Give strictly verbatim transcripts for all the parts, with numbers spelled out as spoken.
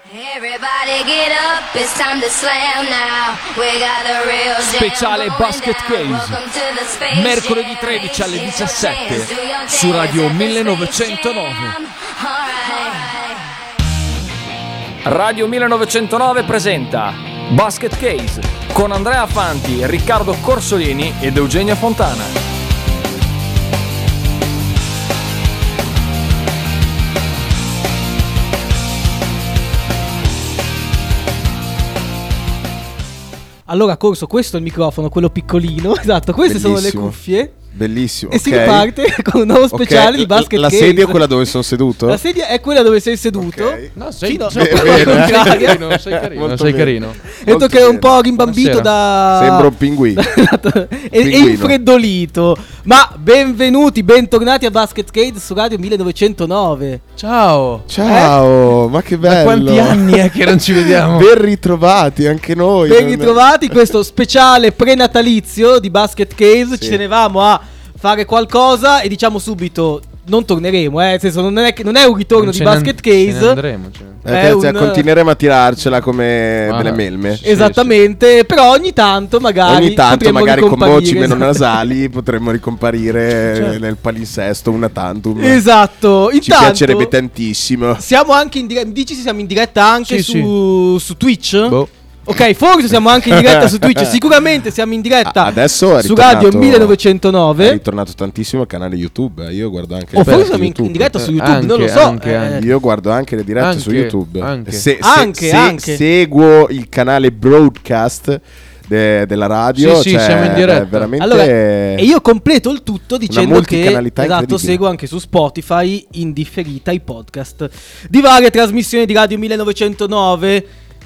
Everybody get up, it's time to slam now. We got a real speciale Basket Case, mercoledì tredici alle diciassette su Radio millenovecentonove. Radio millenovecentonove presenta Basket Case con Andrea Fanti, Riccardo Corsolini ed Eugenia Fontana. Allora, Corso, questo è il microfono, quello piccolino. Esatto, queste Bellissimo. sono le cuffie. Bellissimo. E okay. si riparte con un nuovo speciale okay. di Basket La Case. sedia è quella dove sono seduto? La sedia è quella dove sei seduto. Okay. No, sei, Fino sei, a sei, alla sei carino, sei carino, Molto sei bene. carino. Hai detto che è un po' rimbambito da... Sembra un pinguino. e, e infreddolito. Ma benvenuti, bentornati a Basket Case su Radio millenovecentonove. Ciao. Ciao, eh? Ma che bello. Da quanti anni è che non ci vediamo? Ben ritrovati anche noi. Ben ritrovati, questo speciale prenatalizio di Basket Case. Sì. Ci tenevamo a fare qualcosa e diciamo subito non torneremo, eh, nel senso non è, che, non è un ritorno Non di ce Basket ne, Case. Ce ne andremo, ce ne... Eh, È cioè, un- continueremo a tirarcela come Ah, delle melme. sì. Esattamente, però ogni tanto magari Ogni tanto potremmo magari con ricomparire, voci meno esatto. nasali potremmo ricomparire Cioè. nel palinsesto una tantum. Esatto, Ci intanto piacerebbe tantissimo. siamo anche in diretta, dici se siamo in diretta anche Sì, su, su Twitch? Boh. Ok, forse siamo anche in diretta su Twitch, sicuramente siamo in diretta Ah, adesso è su Radio ritornato- È millenovecentonove. ritornato tantissimo il canale YouTube. eh. Io guardo anche O le forse dirette siamo in, YouTube. in diretta su Eh, YouTube, non lo anche, so. anche, eh. anche. Io guardo anche le dirette Anche, su YouTube. anche. Se, se- Anche, se anche. seguo il canale broadcast de- della radio, Sì, sì, cioè, siamo in diretta. è veramente. Allora, e io completo il tutto dicendo che multicanalità esatto, incredibile. seguo anche su Spotify in differita i podcast di varie trasmissioni di Radio millenovecentonove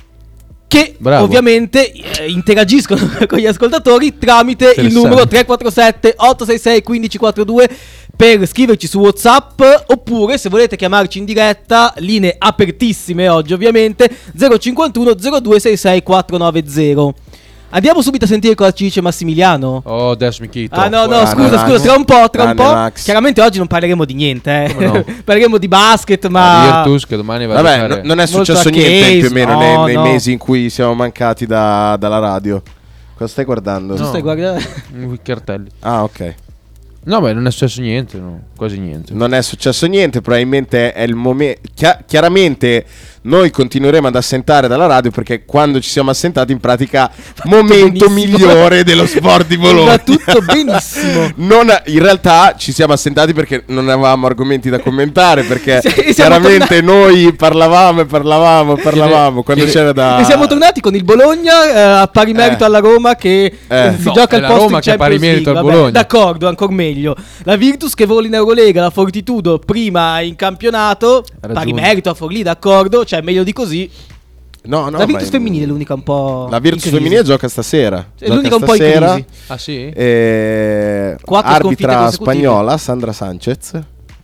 che Bravo. ovviamente eh, interagiscono con gli ascoltatori tramite il Interessante. numero tre quattro sette otto sei sei uno cinque quattro due per scriverci su WhatsApp, oppure se volete chiamarci in diretta, linee apertissime oggi ovviamente, zero cinquantuno zero due sei sei quattro nove zero. Andiamo subito a sentire cosa ci dice Massimiliano. Oh, adesso mi chito. Ah no no Grande scusa Max. scusa tra un po' tra un Grande po'. Max. Chiaramente oggi non parleremo di niente, eh. Come no? Parleremo di basket, ma Virtus che domani va a Vabbè, giocare. no- non è Molto successo a niente case, più o meno no, nei, nei no. mesi in cui siamo mancati da- dalla radio. Cosa stai guardando? tu No. stai guardando. I cartelli. Ah, ok. No, beh, non è successo niente, no. Quasi niente. Non è successo niente, probabilmente è il momento. Chiaramente noi continueremo ad assentare dalla radio perché quando ci siamo assentati in pratica momento benissimo. migliore dello sport di Bologna. Va tutto benissimo. Non, in realtà ci siamo assentati perché non avevamo argomenti da commentare perché Sì, siamo chiaramente noi parlavamo e parlavamo e parlavamo quando chiede- c'era da E siamo tornati con il Bologna eh, a pari merito Eh. alla Roma che Eh. eh, si No, gioca è il la posto Roma in che ha pari Champions merito al League. Vabbè, Bologna. d'accordo, ancora meglio. La Virtus che vola in Eurolega, la Fortitudo prima in campionato, ragione. pari merito a Forlì, d'accordo, cioè meglio di così. No, no, la Virtus ma- femminile è l'unica un po' La Virtus in crisi. femminile gioca stasera. È Gioca l'unica un po' in stasera. crisi. Ah sì? Eh, Quattro sconfitte arbitra consecutive. spagnola Sandra Sanchez,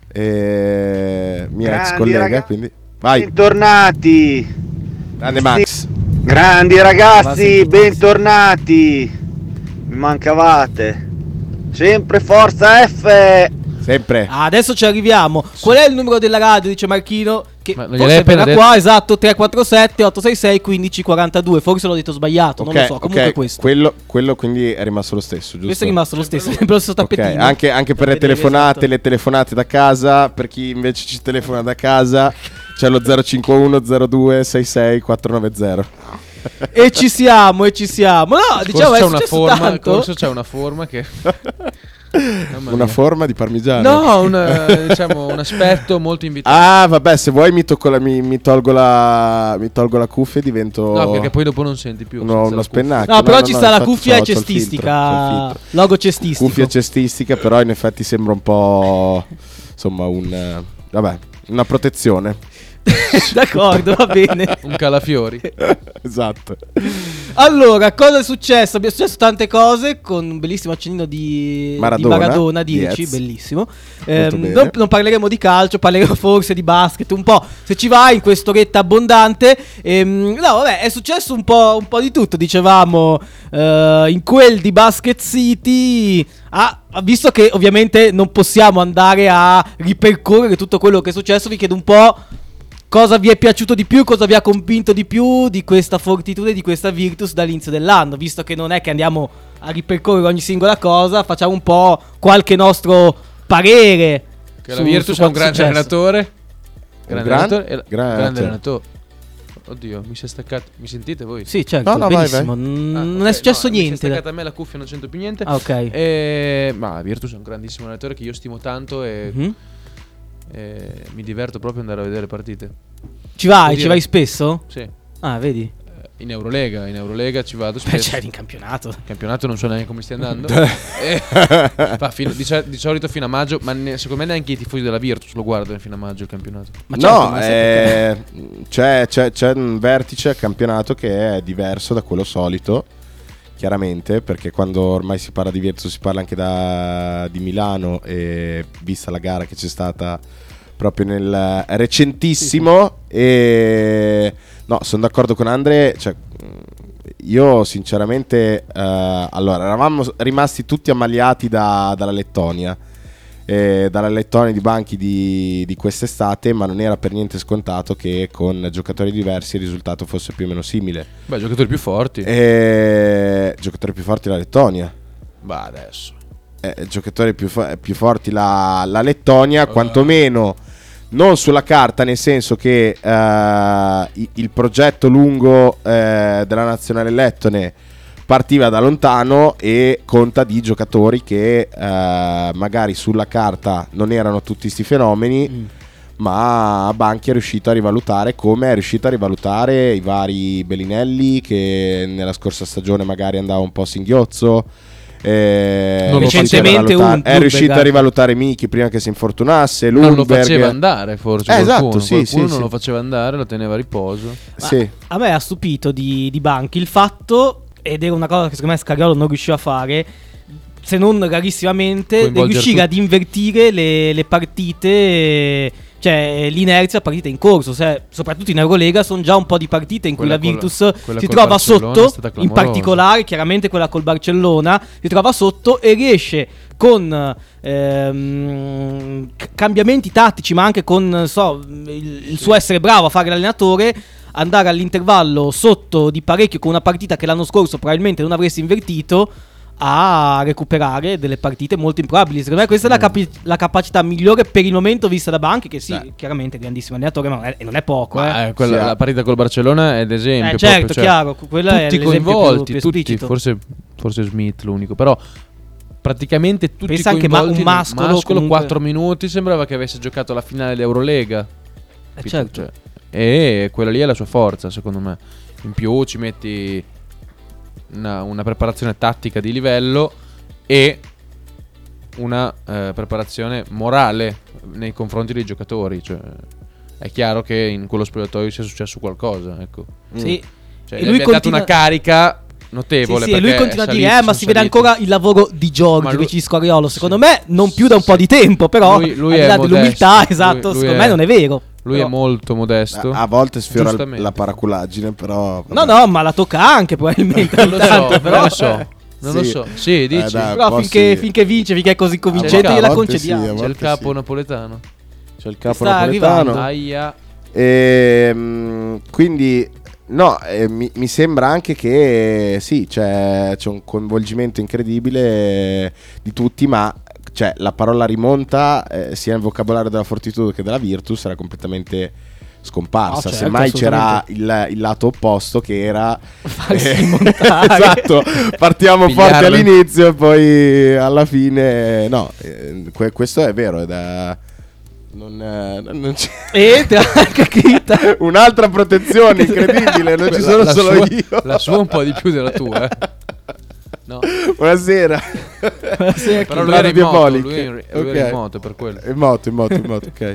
eh, mia ex Grandi collega, ragazzi. quindi vai, Bentornati, grande Max. grandi Ma ragazzi, sì. bentornati. Mi mancavate. Sempre Forza F. Sempre. Ah, adesso ci arriviamo. Qual è il numero della radio? Dice Marchino. Che Ma non forse gliel'hai appena verrà detto? qua, esatto, tre quattro sette otto sei sei uno cinque quattro due. Forse l'ho detto sbagliato, non Ok, lo so. Comunque ok, questo. quello, quello quindi è rimasto lo stesso, giusto? Questo è rimasto lo stesso, sempre lo stesso Ok, tappetino. anche, anche per le Vedere, telefonate, esatto. le telefonate da casa, per chi invece ci telefona da casa, c'è lo zero cinque uno zero due sei sei quattro nove zero. E ci siamo, e ci siamo. No, diciamo è c'è una successo forma, tanto. forse c'è una forma che Mamma Una mia. forma di parmigiano. No, un, eh, diciamo un aspetto molto invitante. Ah, vabbè, se vuoi mi, tocco la, mi, mi tolgo la mi tolgo la cuffia e divento No, perché poi dopo non senti più. uno, senza uno la cuffia. spennacchio. No, però ci sta la infatti cuffia c'ho- c'ho il filtro, c'ho il cestistica. filtro. Logo cestistico. Cuffia cestistica, però in effetti sembra un po' insomma un eh, vabbè, una protezione. D'accordo, va bene. Un calafiori. Esatto. Allora, cosa è successo? Abbiamo successo tante cose con un bellissimo accennino di Maradona, di Maradona dieci, Diez. bellissimo. Molto Ehm, bene. non, non parleremo di calcio, parleremo forse di basket, un po' se ci vai in quest'oretta abbondante. Ehm, no, vabbè, è successo un po', un po' di tutto, dicevamo, eh, in quel di Basket City. Ah, visto che ovviamente non possiamo andare a ripercorrere tutto quello che è successo, vi chiedo un po' cosa vi è piaciuto di più, cosa vi ha convinto di più di questa Fortitude e di questa Virtus dall'inizio dell'anno, visto che non è che andiamo a ripercorrere ogni singola cosa, facciamo un po' qualche nostro parere. Che la Virtus è un grande allenatore. Grande gran- allenatore. e la- grande grande allenatore. Oddio, mi si è staccato. Mi sentite voi? Sì, certo, No, no, vai, benissimo. vai. N- Ah, non ok, è successo no, Mi si è niente. staccata a me la cuffia, non sento più niente. Ah, ok. E... Ma Virtus è un grandissimo allenatore che io stimo tanto e, Mhm. e mi diverto proprio andare a vedere le partite. Ci vai, Devo ci dire- vai spesso? Sì. Ah, vedi? Eh, In Eurolega, in Eurolega ci vado Beh, spesso. c'è in campionato. Il campionato non so neanche come stia andando. E- fa fino- di, di solito fino a maggio, ma ne- secondo me neanche i tifosi della Virtus lo guardano fino a maggio il campionato. Ma certo, no, ma sai eh, c'è, c'è- c'è un vertice al campionato che è diverso da quello solito, chiaramente, perché quando ormai si parla di Virtus si parla anche da, di Milano, e vista la gara che c'è stata proprio nel recentissimo, e no, sono d'accordo con Andre, cioè, io sinceramente eh, allora eravamo rimasti tutti ammaliati da- dalla Lettonia, eh, dalla Lettonia di banchi di, di quest'estate, ma non era per niente scontato che con giocatori diversi il risultato fosse più o meno simile. Beh, giocatori più forti. Eh, giocatori più forti la Lettonia, Bah, adesso. eh, giocatori più, fo- più forti la, la Lettonia, quantomeno non sulla carta, nel senso che eh, i- il progetto lungo eh, della nazionale lettone partiva da lontano e conta di giocatori che eh, magari sulla carta non erano tutti sti fenomeni, Mm. ma Banchi è riuscito a rivalutare, come è riuscito a rivalutare i vari Bellinelli che nella scorsa stagione magari andava un po' a singhiozzo. Eh, Non lo Recentemente rivalutare- un è riuscito a Lundberg. rivalutare Miki prima che si infortunasse. Non lo Lundberg. faceva andare forse Eh, qualcuno. esatto, sì, Qualcuno sì, non sì. lo faceva andare, lo teneva a riposo. Sì. A me ha stupito di, di Banchi il fatto, ed era una cosa che secondo me Scariolo non riusciva a fare, se non rarissimamente, di Coinvolgere riuscire tutti. ad invertire le, le partite, cioè l'inerzia partite in corso. Se- soprattutto in Eurolega sono già un po' di partite in cui Quella la col- Virtus quella si col trova Barcellona è sotto, stata in clamorosa. particolare chiaramente quella col Barcellona, si trova sotto e riesce con ehm, c- cambiamenti tattici, ma anche con non so, il, il suo essere bravo a fare l'allenatore, andare all'intervallo sotto di parecchio con una partita che l'anno scorso probabilmente non avresti invertito, a recuperare delle partite molto improbabili. Secondo me questa è la, capi- la capacità migliore per il momento vista da Banchi, che sì, Beh. chiaramente è grandissimo allenatore, ma non è, e non è poco. Ma, eh. eh, quella- Sì, la partita col Barcellona è l'esempio. Eh, certo, proprio, cioè, chiaro, quella è tutti l'esempio più- coinvolti, più tutti, esplicito. forse, forse Smith l'unico, però praticamente tutti Pensa anche ma- coinvolti. un Mascolo comunque- quattro minuti sembrava che avesse giocato la finale dell'Eurolega. Eh, Capito? certo. Cioè, e quella lì è la sua forza, secondo me. In più ci metti una, una preparazione tattica di livello e una eh, preparazione morale nei confronti dei giocatori. Cioè, è chiaro che in quello spogliatoio sia successo qualcosa, ecco. Sì. Cioè, E gli lui abbiamo dato continua- una carica notevole. Sì, sì, e lui perché continua a è dire: salito, eh, ma sono si vede saliti. ancora il lavoro di Giorgio Ma lui- invece di Scariolo. Secondo sì. me, non più da un po' di tempo, però Lui- lui al di è là modesto. dell'umiltà, Lui- esatto, lui secondo è- me non è vero. Lui Però- è molto modesto. A, a volte sfiora Giustamente. la paraculaggine, però No, no, ma la tocca anche probabilmente. Non lo ogni so, tanto, però, non lo so. Non lo Sì. so. Sì, dici. Eh, dai, Però un po' finché, sì. finché vince, finché è così convincente, volte- gliela a volte concediamo. sì, a C'è il volte capo sì. napoletano. C'è il capo Sta napoletano. arrivando. Aia. Ehm, quindi no, eh, mi, mi sembra anche che sì, c'è, c'è un coinvolgimento incredibile di tutti, ma cioè, la parola rimonta eh, sia nel vocabolario della Fortitudo che della Virtus era completamente scomparsa. No, certo, Semmai c'era assolutamente. il, il lato opposto che era Farsi eh, montare. esatto, partiamo Pigliarlo. forti all'inizio e poi alla fine no, eh, que- questo è vero ed è non, eh, non c'è E te l'ha anche scritta. un'altra protezione incredibile, non ci sono La solo sua- io. La sua un po' di più della tua. eh. No. Buonasera. Sì, Però lui era in moto, Diabolic. lui era- lui era in moto, per quello. In moto, in moto, in moto, ok.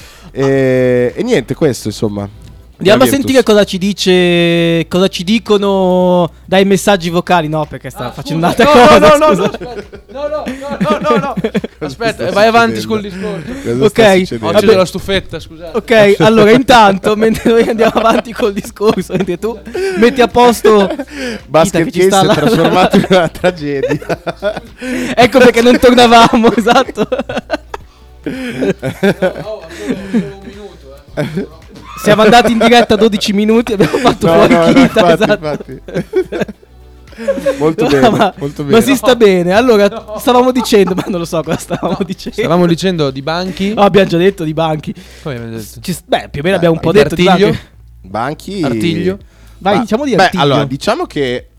E, e niente, questo insomma. Andiamo a La Virtus. sentire cosa ci dice, cosa ci dicono dai messaggi vocali. No, perché sta facendo un'altra no, cosa. no, no, no, scusa. aspetta. no, no, no, no, no, no. Aspetta, sta vai avanti succedendo? sul discorso. Cosa Ok, sta succedendo? Oggi Vabbè. della stufetta, scusate. Ok, allora intanto, mentre noi andiamo avanti col discorso, mentre tu metti a posto Basket Vita che ci Case sta si è là. trasformato in una tragedia. Ecco perché non tornavamo, esatto. Oh, solo un minuto, eh. siamo andati in diretta dodici minuti e abbiamo fatto No, fuori no, no, Kita, infatti, esatto. infatti. Molto No, bene, ma, molto ma bene. si sta bene. Allora, stavamo dicendo, ma non lo so cosa stavamo dicendo. Stavamo dicendo di banchi. Oh, abbiamo già detto di banchi. Come abbiamo detto? Ci- beh, più o meno abbiamo un po' di detto di artiglio? banchi. Banchi. Artiglio? Vai, Ma- diciamo di beh, artiglio. allora, diciamo che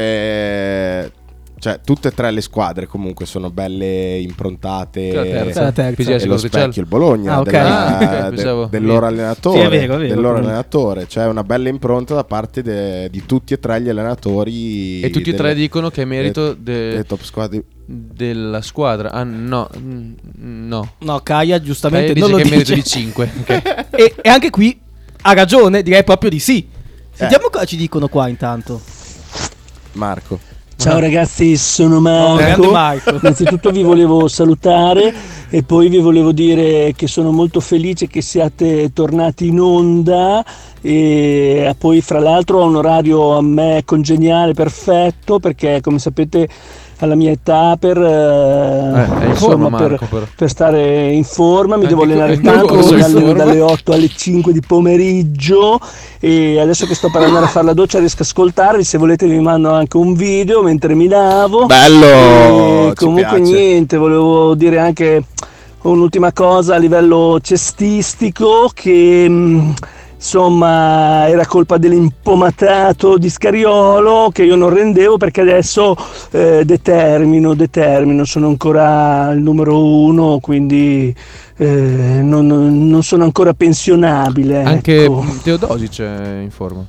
eh, cioè, tutte e tre le squadre comunque sono belle improntate. Che la terza? La terza. P G S E lo Cotricello. specchio il Bologna Ah, ok. della- Ah, ok, de- pensavo- del loro allenatore, Sì, è vero, è vero, del loro comunque. allenatore, c'è una bella impronta da parte de- di tutti e tre gli allenatori E tutti e tre delle- dicono che è merito delle de- top squad. della squadra. Ah, no, mm, no. No, Caia giustamente Lei non dice lo che è merito dice. di cinque. Ok. e, e anche qui ha ragione, direi proprio di sì. Sentiamo cosa ci dicono qua intanto. Marco. Ciao ragazzi, sono Oh, grande Marco. Marco. Innanzitutto vi volevo salutare e poi vi volevo dire che sono molto felice che siate tornati in onda e poi fra l'altro ho un orario a me congeniale perfetto perché come sapete alla mia età per, eh, è in forma, per, Marco, però. per stare in forma mi Anche devo co- allenare anche tanto corso in dalle, forma. dalle otto alle cinque di pomeriggio e adesso che sto per andare a fare la doccia riesco a ascoltarvi, se volete vi mando anche un video mentre mi lavo. Bello, E ci comunque piace. niente, volevo dire anche un'ultima cosa a livello cestistico che mh, insomma era colpa dell'impomatato di Scariolo che io non rendevo perché adesso eh, determino, determino, sono ancora il numero uno, quindi eh, non, non sono ancora pensionabile. Anche ecco. Teodosic è in forma.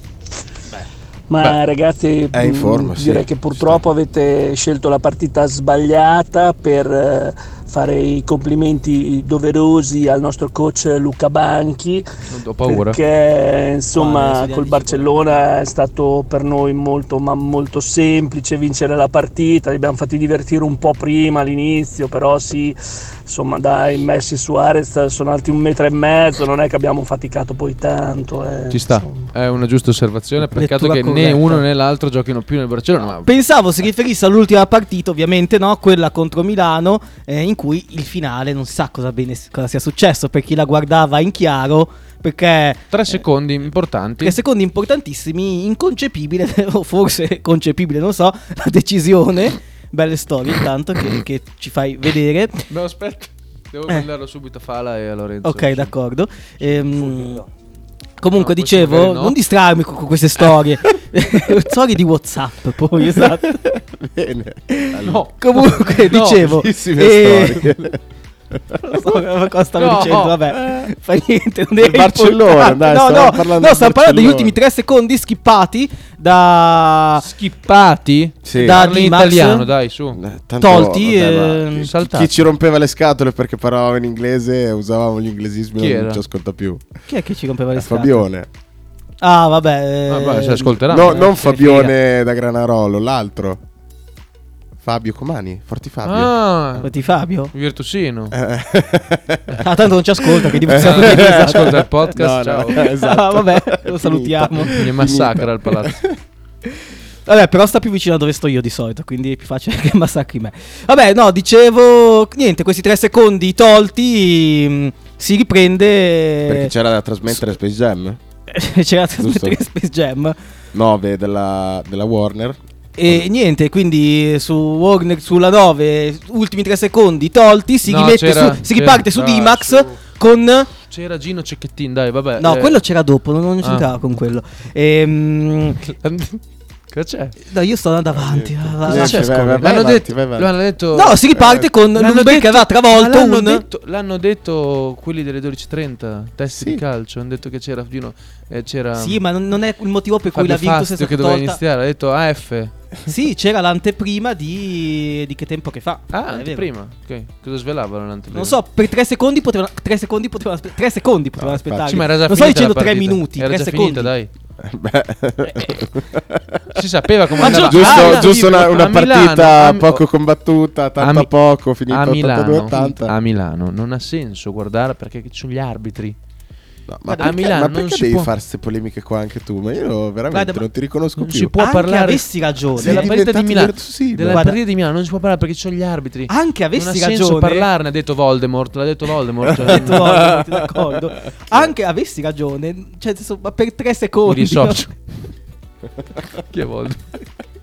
Ma Beh, ragazzi, è in mh, forma, sì, direi che ci purtroppo avete scelto la partita sbagliata per eh, fare i complimenti doverosi al nostro coach Luca Banchi, Non ho paura. perché insomma Guarda, adesso col dici Barcellona è stato per noi molto ma molto semplice vincere la partita, li abbiamo fatti divertire un po' prima all'inizio, però sì, insomma dai, Messi e Suarez sono alti un metro e mezzo, non è che abbiamo faticato poi tanto. eh, Ci sta, insomma. è una giusta osservazione. Peccato Lettura che né corretta. uno né l'altro giochino più nel Barcellona. Ma Pensavo si riferisse all'ultima partita, ovviamente, no? Quella contro Milano, eh, in cui il finale non si sa cosa, bene, cosa sia successo per chi la guardava in chiaro. Perché tre secondi importanti. tre secondi importantissimi, inconcepibile, o forse concepibile, non so, la decisione. Belle storie intanto che, che ci fai vedere. No, aspetta, devo Eh. mandarlo subito a Fala e a Lorenzo. Ok, d'accordo. Ehm, comunque No, dicevo, questo magari no. non distrarmi con, con queste storie. storie di WhatsApp, poi, esatto. Bene. No. Comunque, No, dicevo, Bellissime eh, storie. non so cosa stavo No. dicendo, vabbè, fa niente. Non Il è Barcellona, importante. dai, no, stavamo no, parlando no, del stiamo parlando degli Barcellona. ultimi tre secondi skippati da Schippati? Sì. Da Parla in Dimax. italiano, dai, su. Eh, tanto, Tolti, vabbè, ma ehm, chi- saltati. chi ci rompeva le scatole perché parlavamo in inglese e usavamo gli inglesismi Chi non era? ci ascolta più. chi è che ci rompeva le Eh, scatole? Fabione. Ah, vabbè. Ah, beh, eh, se ascolteranno. No, eh. non che Fabione da Granarolo, l'altro. Fabio Comani, Forti Fabio. Ah, Di Fabio. Virtusino. Eh. Ah, tanto non ci ascolta, che Eh. dimostriamo Eh, che esatto. ascolta il podcast, No, no, ciao. esatto. Ah, vabbè, lo salutiamo. Mi massacra il palazzo. Vabbè, però sta più vicino a dove sto io di solito, quindi è più facile che massacri me. Vabbè, no, dicevo, niente, questi tre secondi tolti, mh, si riprende. Perché c'era da trasmettere Space Jam? c'era da trasmettere Giusto. Space Jam. nove della, della Warner. E niente, quindi su Warner, sulla nove, ultimi tre secondi tolti, si No, rimette c'era- su, si c'era- riparte su dai, D-Max su. con... C'era Gino Cecchettin, dai, vabbè. No, eh. quello c'era dopo, non, non Ah. c'entrava con quello. Ehm, Cosa c'è? no, io sto andando avanti. va- Cosa va- c'è? Cioè, vai, vai, l'hanno, avanti, detto, vai avanti. l'hanno detto. No, si riparte con l'hanno Lumbe che detto- aveva travolto ma l'hanno un... detto, l'hanno detto quelli delle dodici e trenta, testi Sì. di calcio. Hanno detto che c'era Gino. Eh, c'era Sì, ma non, non è il motivo per cui Fabio la Virtus è Fastio stata che doveva tolta. iniziare. Ha detto A F. Sì, c'era l'anteprima di... di che tempo che fa. Ah, È vero. anteprima. Ok. Cosa svelavano l'anteprima? Non so, per tre secondi potevano... tre secondi potevano aspe- tre secondi potevano No, aspettare. Sì, ma era già non sto finita dicendo la tre partita. minuti, Era tre già secondi. finita, dai. Beh. Si sapeva come Ma andava. gio- giusto, Ah, giusto una, a una Milano, partita a- poco combattuta, tanto a a Mi- poco, finita a ottantadue Milano, ottanta. a Milano non ha senso guardare perché ci sono gli arbitri. No, ma Guarda, a perché, Milano ma non perché si devi può- fare queste polemiche qua anche tu? Ma io veramente Guarda, ma non ti riconosco non più. si può Anche parlare avessi ragione. Sei della partita di diventato Milano. Virtusino. Della Guarda- partita di Milano non si può parlare perché ci sono gli arbitri. Anche avessi non ha ragione. senso parlarne, ha detto Voldemort, l'ha detto Voldemort. Cioè, Ha detto Voldemort, d'accordo. Anche avessi ragione, cioè, nel senso, ma per tre mi secondi. dissocio. Chi è Voldemort?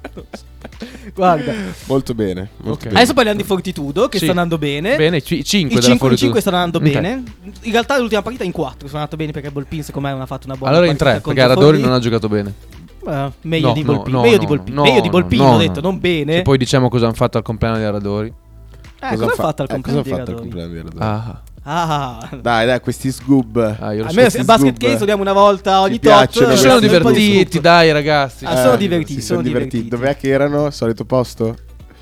Guarda, Molto bene. Molto Ok. bene. adesso parliamo di Fortitudo, che Sì. sta andando bene. Bene, cinque I della cinque, Fortitudo. cinque stanno andando Ok. bene. In realtà l'ultima partita in quattro sono andato bene perché Volpin secondo me non ha fatto una buona Allora in partita tre, perché contro Aradori Forlì. non ha giocato bene. Eh, meglio No, di no, Volpin, no, meglio no, di Volpin, no, meglio di no, Volpin, no, ho no. detto, non bene. Se poi diciamo cosa hanno fatto al compleanno di Aradori. Eh, Cosa cosa ha fa- fatto al eh, compleanno cosa di ha fatto al Aradori? compleanno di Aradori? Ah, Ah, Dai, dai, questi sgub. ah io lo so. almeno se questi basket sgub. case vogliamo una volta ogni Ci tot. piacciono eh, Si questi sono un po' di divertiti, scoop. dai ragazzi. Ah, sono divertiti, Si sono sono divertiti. divertiti. Dov'è che erano? Solito posto?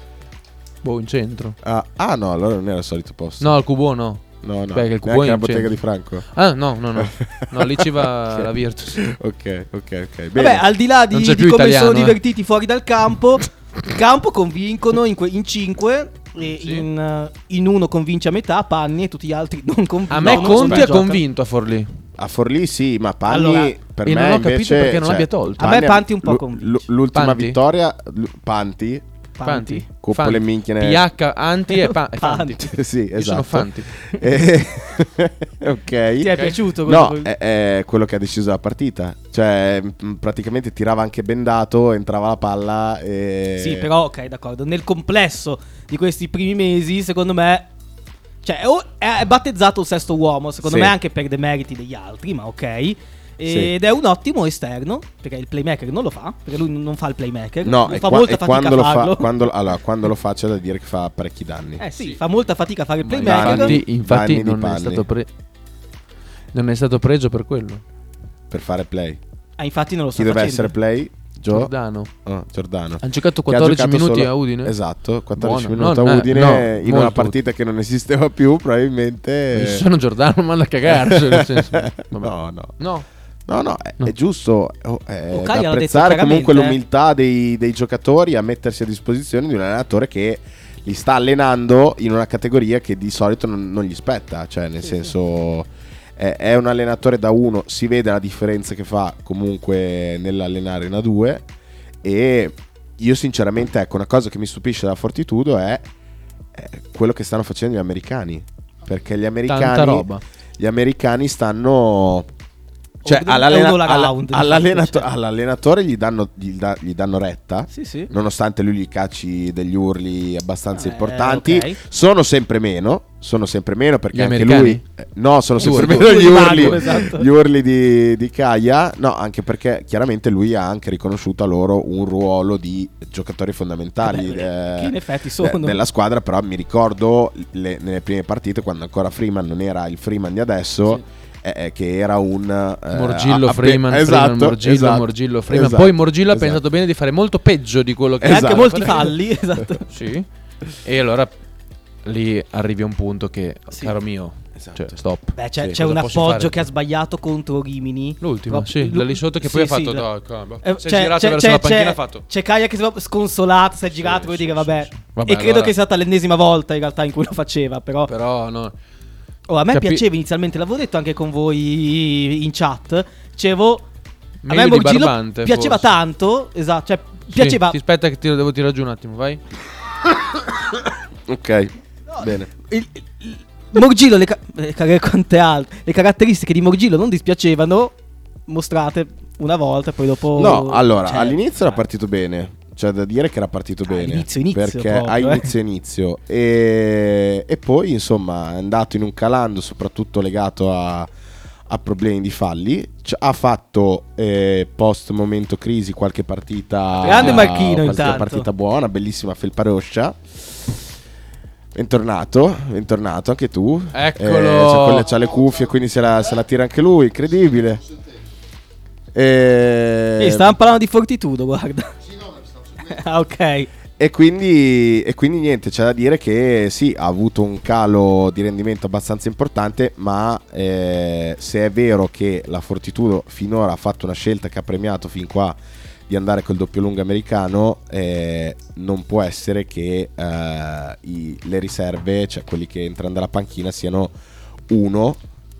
Boh, in centro. Ah, ah, no, allora non era il solito posto. No, al Cubo no. no, no. Beh, che il cubo Neanche è la in bottega centro. di Franco. Ah, no, no, no. No, lì ci va la Virtus. Ok, ok, ok. Bene. Vabbè, al di là Non di, c'è di più come italiano, sono eh. divertiti fuori dal campo, il campo convincono in, que- in cinque. E Sì. in, eh, in uno convince a metà, Panni, e tutti gli altri non convincono. A me no, non sono Conti già ha gioca. convinto a Forlì. A Forlì sì, ma Panni Allora, per io me non ho capito invece, perché non cioè, abbia tolto. A me Panni Panti un po' l'u- convince. l'u- L'ultima Panti? vittoria lu- Panti Fanti. Coppole Fanti. minchie P H, Anti e, pa- e Fanti. Fanti. Sì, Io esatto. sono Fanti. Eh, ok. Ti è Ok. piaciuto quello No, che- è, è quello che ha deciso la partita. Cioè, m, praticamente tirava anche bendato, entrava la palla e... Sì, però ok, d'accordo. Nel complesso di questi primi mesi, secondo me, cioè, o- è è battezzato il sesto uomo, secondo Sì. me anche per demeriti degli altri, ma ok. Ed Sì. è un ottimo esterno, perché il playmaker non lo fa, perché lui non fa il playmaker. No, fa e, qua- molta e fatica quando, a lo farlo. fa, quando, allora, quando lo fa c'è da dire che fa parecchi danni. Eh sì, fa molta fatica a fare il Ma playmaker. infatti, infatti Danni di non è panni. stato pre- non è stato pregio per quello. Per fare play. Ah, infatti non lo sta Chi deve facendo. essere play? Gio? Giordano. Oh, Giordano. Ha giocato Che ha quattordici giocato minuti solo- a Udine. Esatto, quattordici Buono. minuti No, a eh, Udine no, in una molto partita che non esisteva più, probabilmente. Io sono Giordano, manda a cagare. cioè, nel senso, vabbè. No, no. No. No, no, è, No. è giusto oh, è Oh, da Cagliari l'ha apprezzare detto comunque chiaramente, eh. l'umiltà dei, dei giocatori a mettersi a disposizione di un allenatore che li sta allenando in una categoria che di solito non, non gli spetta, cioè nel senso è, è un allenatore da uno, si vede la differenza che fa comunque nell'allenare in A due e io sinceramente ecco una cosa che mi stupisce da Fortitudo è, è quello che stanno facendo gli americani, perché gli americani Tanta roba. gli americani stanno cioè È un all'allena- all alla- around, di all'allenato- fatto, cioè. all'allenatore gli danno, gli, da- gli danno retta, Sì, sì. nonostante lui gli cacci degli urli abbastanza Eh, importanti. ok. Sono sempre meno, sono sempre meno perché Gli anche americani? lui eh, no, sono Due, sempre due. meno gli Due di urli, Mago, esatto. gli urli di, di Caia, no, anche perché chiaramente lui ha anche riconosciuto a loro un ruolo di giocatori fondamentali Eh, eh, che in effetti de- sono. della squadra, però mi ricordo le- nelle prime partite quando ancora Freeman non era il Freeman di adesso. Eh, che era un eh, Morgillo, appe- Freeman, esatto, Freeman, Morgillo, esatto, Morgillo, Freeman. esatto, Poi Morgillo ha esatto. pensato bene di fare molto peggio di quello che E anche Esatto. molti falli, esatto. Sì. E allora lì arrivi a un punto che, Sì. caro mio, Esatto. cioè, stop. Beh, c'è, Sì, c'è cosa un posso appoggio fare? che ha sbagliato contro Rimini. L'ultimo, Proprio- sì, lu- da lì sotto che sì, poi ha sì, fatto la- dai, cavolo. Eh, si è c'è- girato c'è- verso c'è- la panchina c'è- ha fatto C'è Caia che si è sconsolato, si è girato, Sì, vuol sì, dire sì, vabbè. sì. Vabbè, E credo allora- che sia stata l'ennesima volta in realtà in cui lo faceva, però. Però no. Oh, a me Capi- piaceva inizialmente, l'avevo detto anche con voi in chat. Dicevo, a Meglio me di Morgillo Barbante, piaceva forse. tanto, esatto, cioè Sì, piaceva. ti aspetta che ti devo tirare giù un attimo, vai. Ok, bene. il- il- Morgillo, le, ca- le, ca- quante altre, le caratteristiche di Morgillo non dispiacevano, mostrate una volta e poi dopo. No, allora, cioè, all'inizio era eh, partito bene. C'è da dire che era partito Ah, bene. inizio, inizio perché proprio, a eh. inizio inizio. E, e poi, insomma, è andato in un calando, soprattutto legato a, a problemi di falli. C- ha fatto eh, post momento crisi qualche partita. Grande Marchino, qualche intanto. partita buona, bellissima felpa roscia. Bentornato, bentornato anche tu. Eccolo. Eh, c'ha, quelle- c'ha le cuffie, quindi se la, se la tira anche lui, incredibile. E... Ehi, stavamo parlando di Fortitudo, guarda. Ah, ok. E quindi, e quindi niente, c'è da dire che sì, ha avuto un calo di rendimento abbastanza importante, ma eh, se è vero che la Fortitudo finora ha fatto una scelta che ha premiato fin qua di andare col doppio lungo americano, eh, non può essere che eh, i- le riserve, cioè quelli che entrano dalla panchina, siano uno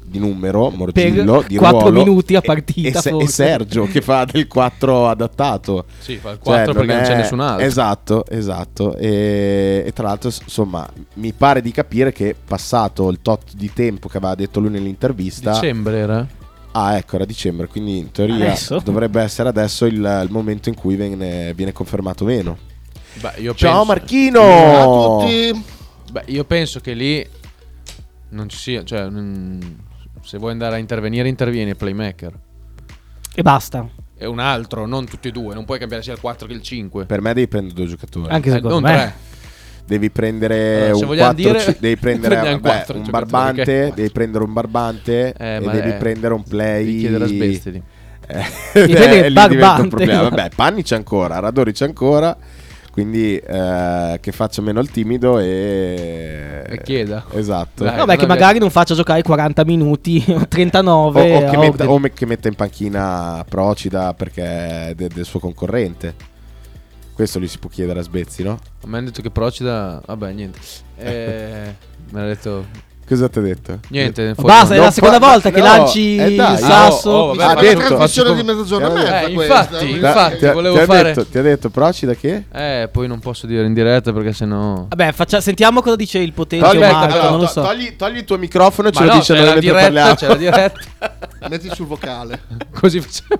di numero, Morgillo, per di quattro ruolo, minuti a e- partita, e, Se- e forse. Sergio che fa del quattro adattato. Sì, fa il quattro perché non c'è nessun altro. Esatto, esatto. E, e tra l'altro, s- insomma, mi pare di capire che passato il tot di tempo che aveva detto lui nell'intervista. Dicembre era? Ah, ecco, era dicembre, quindi in teoria Adesso? dovrebbe essere adesso il, il momento in cui viene, viene confermato meno. Beh, io Ciao penso, Marchino! Ciao a tutti. Beh, io penso che lì non ci sia, cioè mm, se vuoi andare a intervenire intervieni il playmaker. E basta. E un altro, non tutti e due, non puoi cambiare sia il quattro che il cinque. Per me devi prendere due giocatori. Anche Eh, secondo non me. tre. Devi prendere Allora, se un vogliamo quattro, dire- devi prendere prendiamo vabbè, quattro un giocatori, barbante, che- devi prendere un barbante Eh, e ma devi è- prendere un play. Devi chiedere a Sbestidi. Eh, Devi prendere eh, lì diventa un barbante. problema. Vabbè, Panni c'è ancora, Radori c'è ancora. Quindi eh, che faccia meno il timido e, E chieda. Esatto. Dai. Vabbè, che non magari non faccia giocare quaranta minuti o O, trentanove. o che a metta, Ogden. o me- che metta in panchina Procida perché è de- del suo concorrente. Questo gli si può chiedere a Sbezzi, no? A me hanno detto che Procida. Vabbè, niente. Eh, mi ha detto. Cosa ti ha detto? Niente. fuori- Basta, è No, la seconda fa- volta che no, lanci eh, dai. il sasso. Ah, oh, oh, vabbè, Ma Ha la detto- trasmissione faccio- di mezzogiorno Eh, merda eh, questa. infatti, Quindi- infatti. ti, ha- volevo ti ha fare- detto, ti ha detto Procida che? Eh, poi non posso dire in diretta perché sennò. Vabbè, faccia- sentiamo cosa dice il potente Togli, Marco, aspetta, non lo to- so. togli, togli il tuo microfono e ce Ma lo no, dice c'è noi la mentre diretta, parliamo. c'è la diretta. Metti sul vocale. Così facciamo.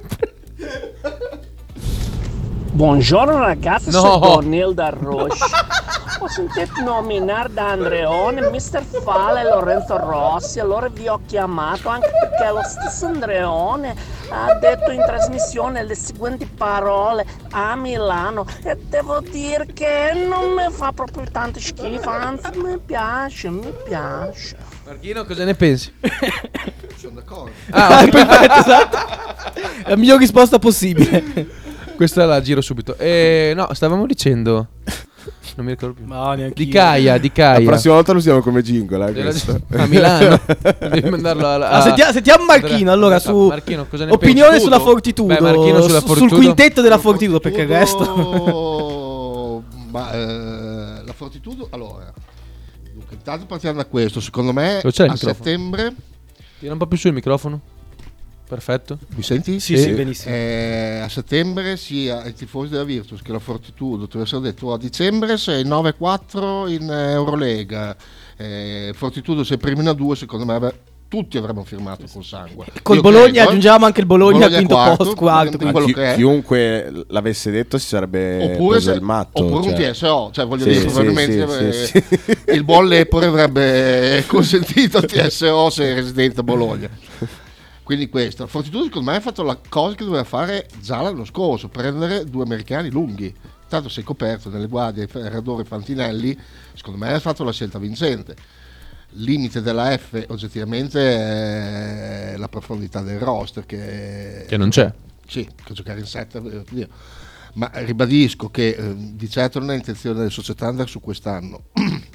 Buongiorno ragazzi, No. sono Donil da Roche. Ho sentito nominare da Andreone mister Fale e Lorenzo Rossi, allora vi ho chiamato anche perché lo stesso Andreone ha detto in trasmissione le seguenti parole a Milano e devo dire che non mi fa proprio tanto schifo, anzi mi piace, mi piace. Marchino, cosa ne pensi? Sono d'accordo. Ah, perfetto, esatto. La miglior risposta possibile. Questa la giro subito. E no, stavamo dicendo. Non mi ricordo più. No, neanche Di io. Caia, di La Caia. prossima volta lo usiamo come jingle. Eh, Della- questo. a Milano. Devi mandarlo alla. Ah, sentia- sentiamo Marchino allora su Marchino, cosa ne opinione pensi? sulla Fortitudo. Beh, Marchino sulla su- Fortitudo. sul quintetto della Fortitudo, perché il resto Fortitudo- Ma eh, la Fortitudo, allora. Dunque, intanto partiamo da questo. Secondo me Dove c'è il a microfono? settembre. Tira un po' più su il microfono. Perfetto. Mi senti? Sì, sì, benissimo. Eh, a settembre sia i tifosi della Virtus che la Fortitudo ti avessero detto a dicembre sei nove quattro in Eurolega, eh, Fortitudo sei primi a due, secondo me beh, tutti avremmo firmato col sangue. Col Io Bologna credo, eh. aggiungiamo anche il Bologna, quinto quarto, posto, quarto, quello quindi- Chi- che è. chiunque l'avesse detto si sarebbe Oppure, preso se- il matto. oppure cioè. un T S O, cioè voglio Sì, dire, sì, probabilmente sì, eh, sì, sì. il buon Lepore avrebbe consentito il T S O se è residente a Bologna. Quindi questo, Fortitudo secondo me ha fatto la cosa che doveva fare già l'anno scorso, prendere due americani lunghi. Tanto sei coperto nelle guardie Radori e Fantinelli, secondo me ha fatto la scelta vincente. Limite della F oggettivamente è la profondità del roster che, Che non c'è. sì, che giocare in sette, eh, Dio. Ma ribadisco che eh, di certo non è intenzione del società andare su quest'anno.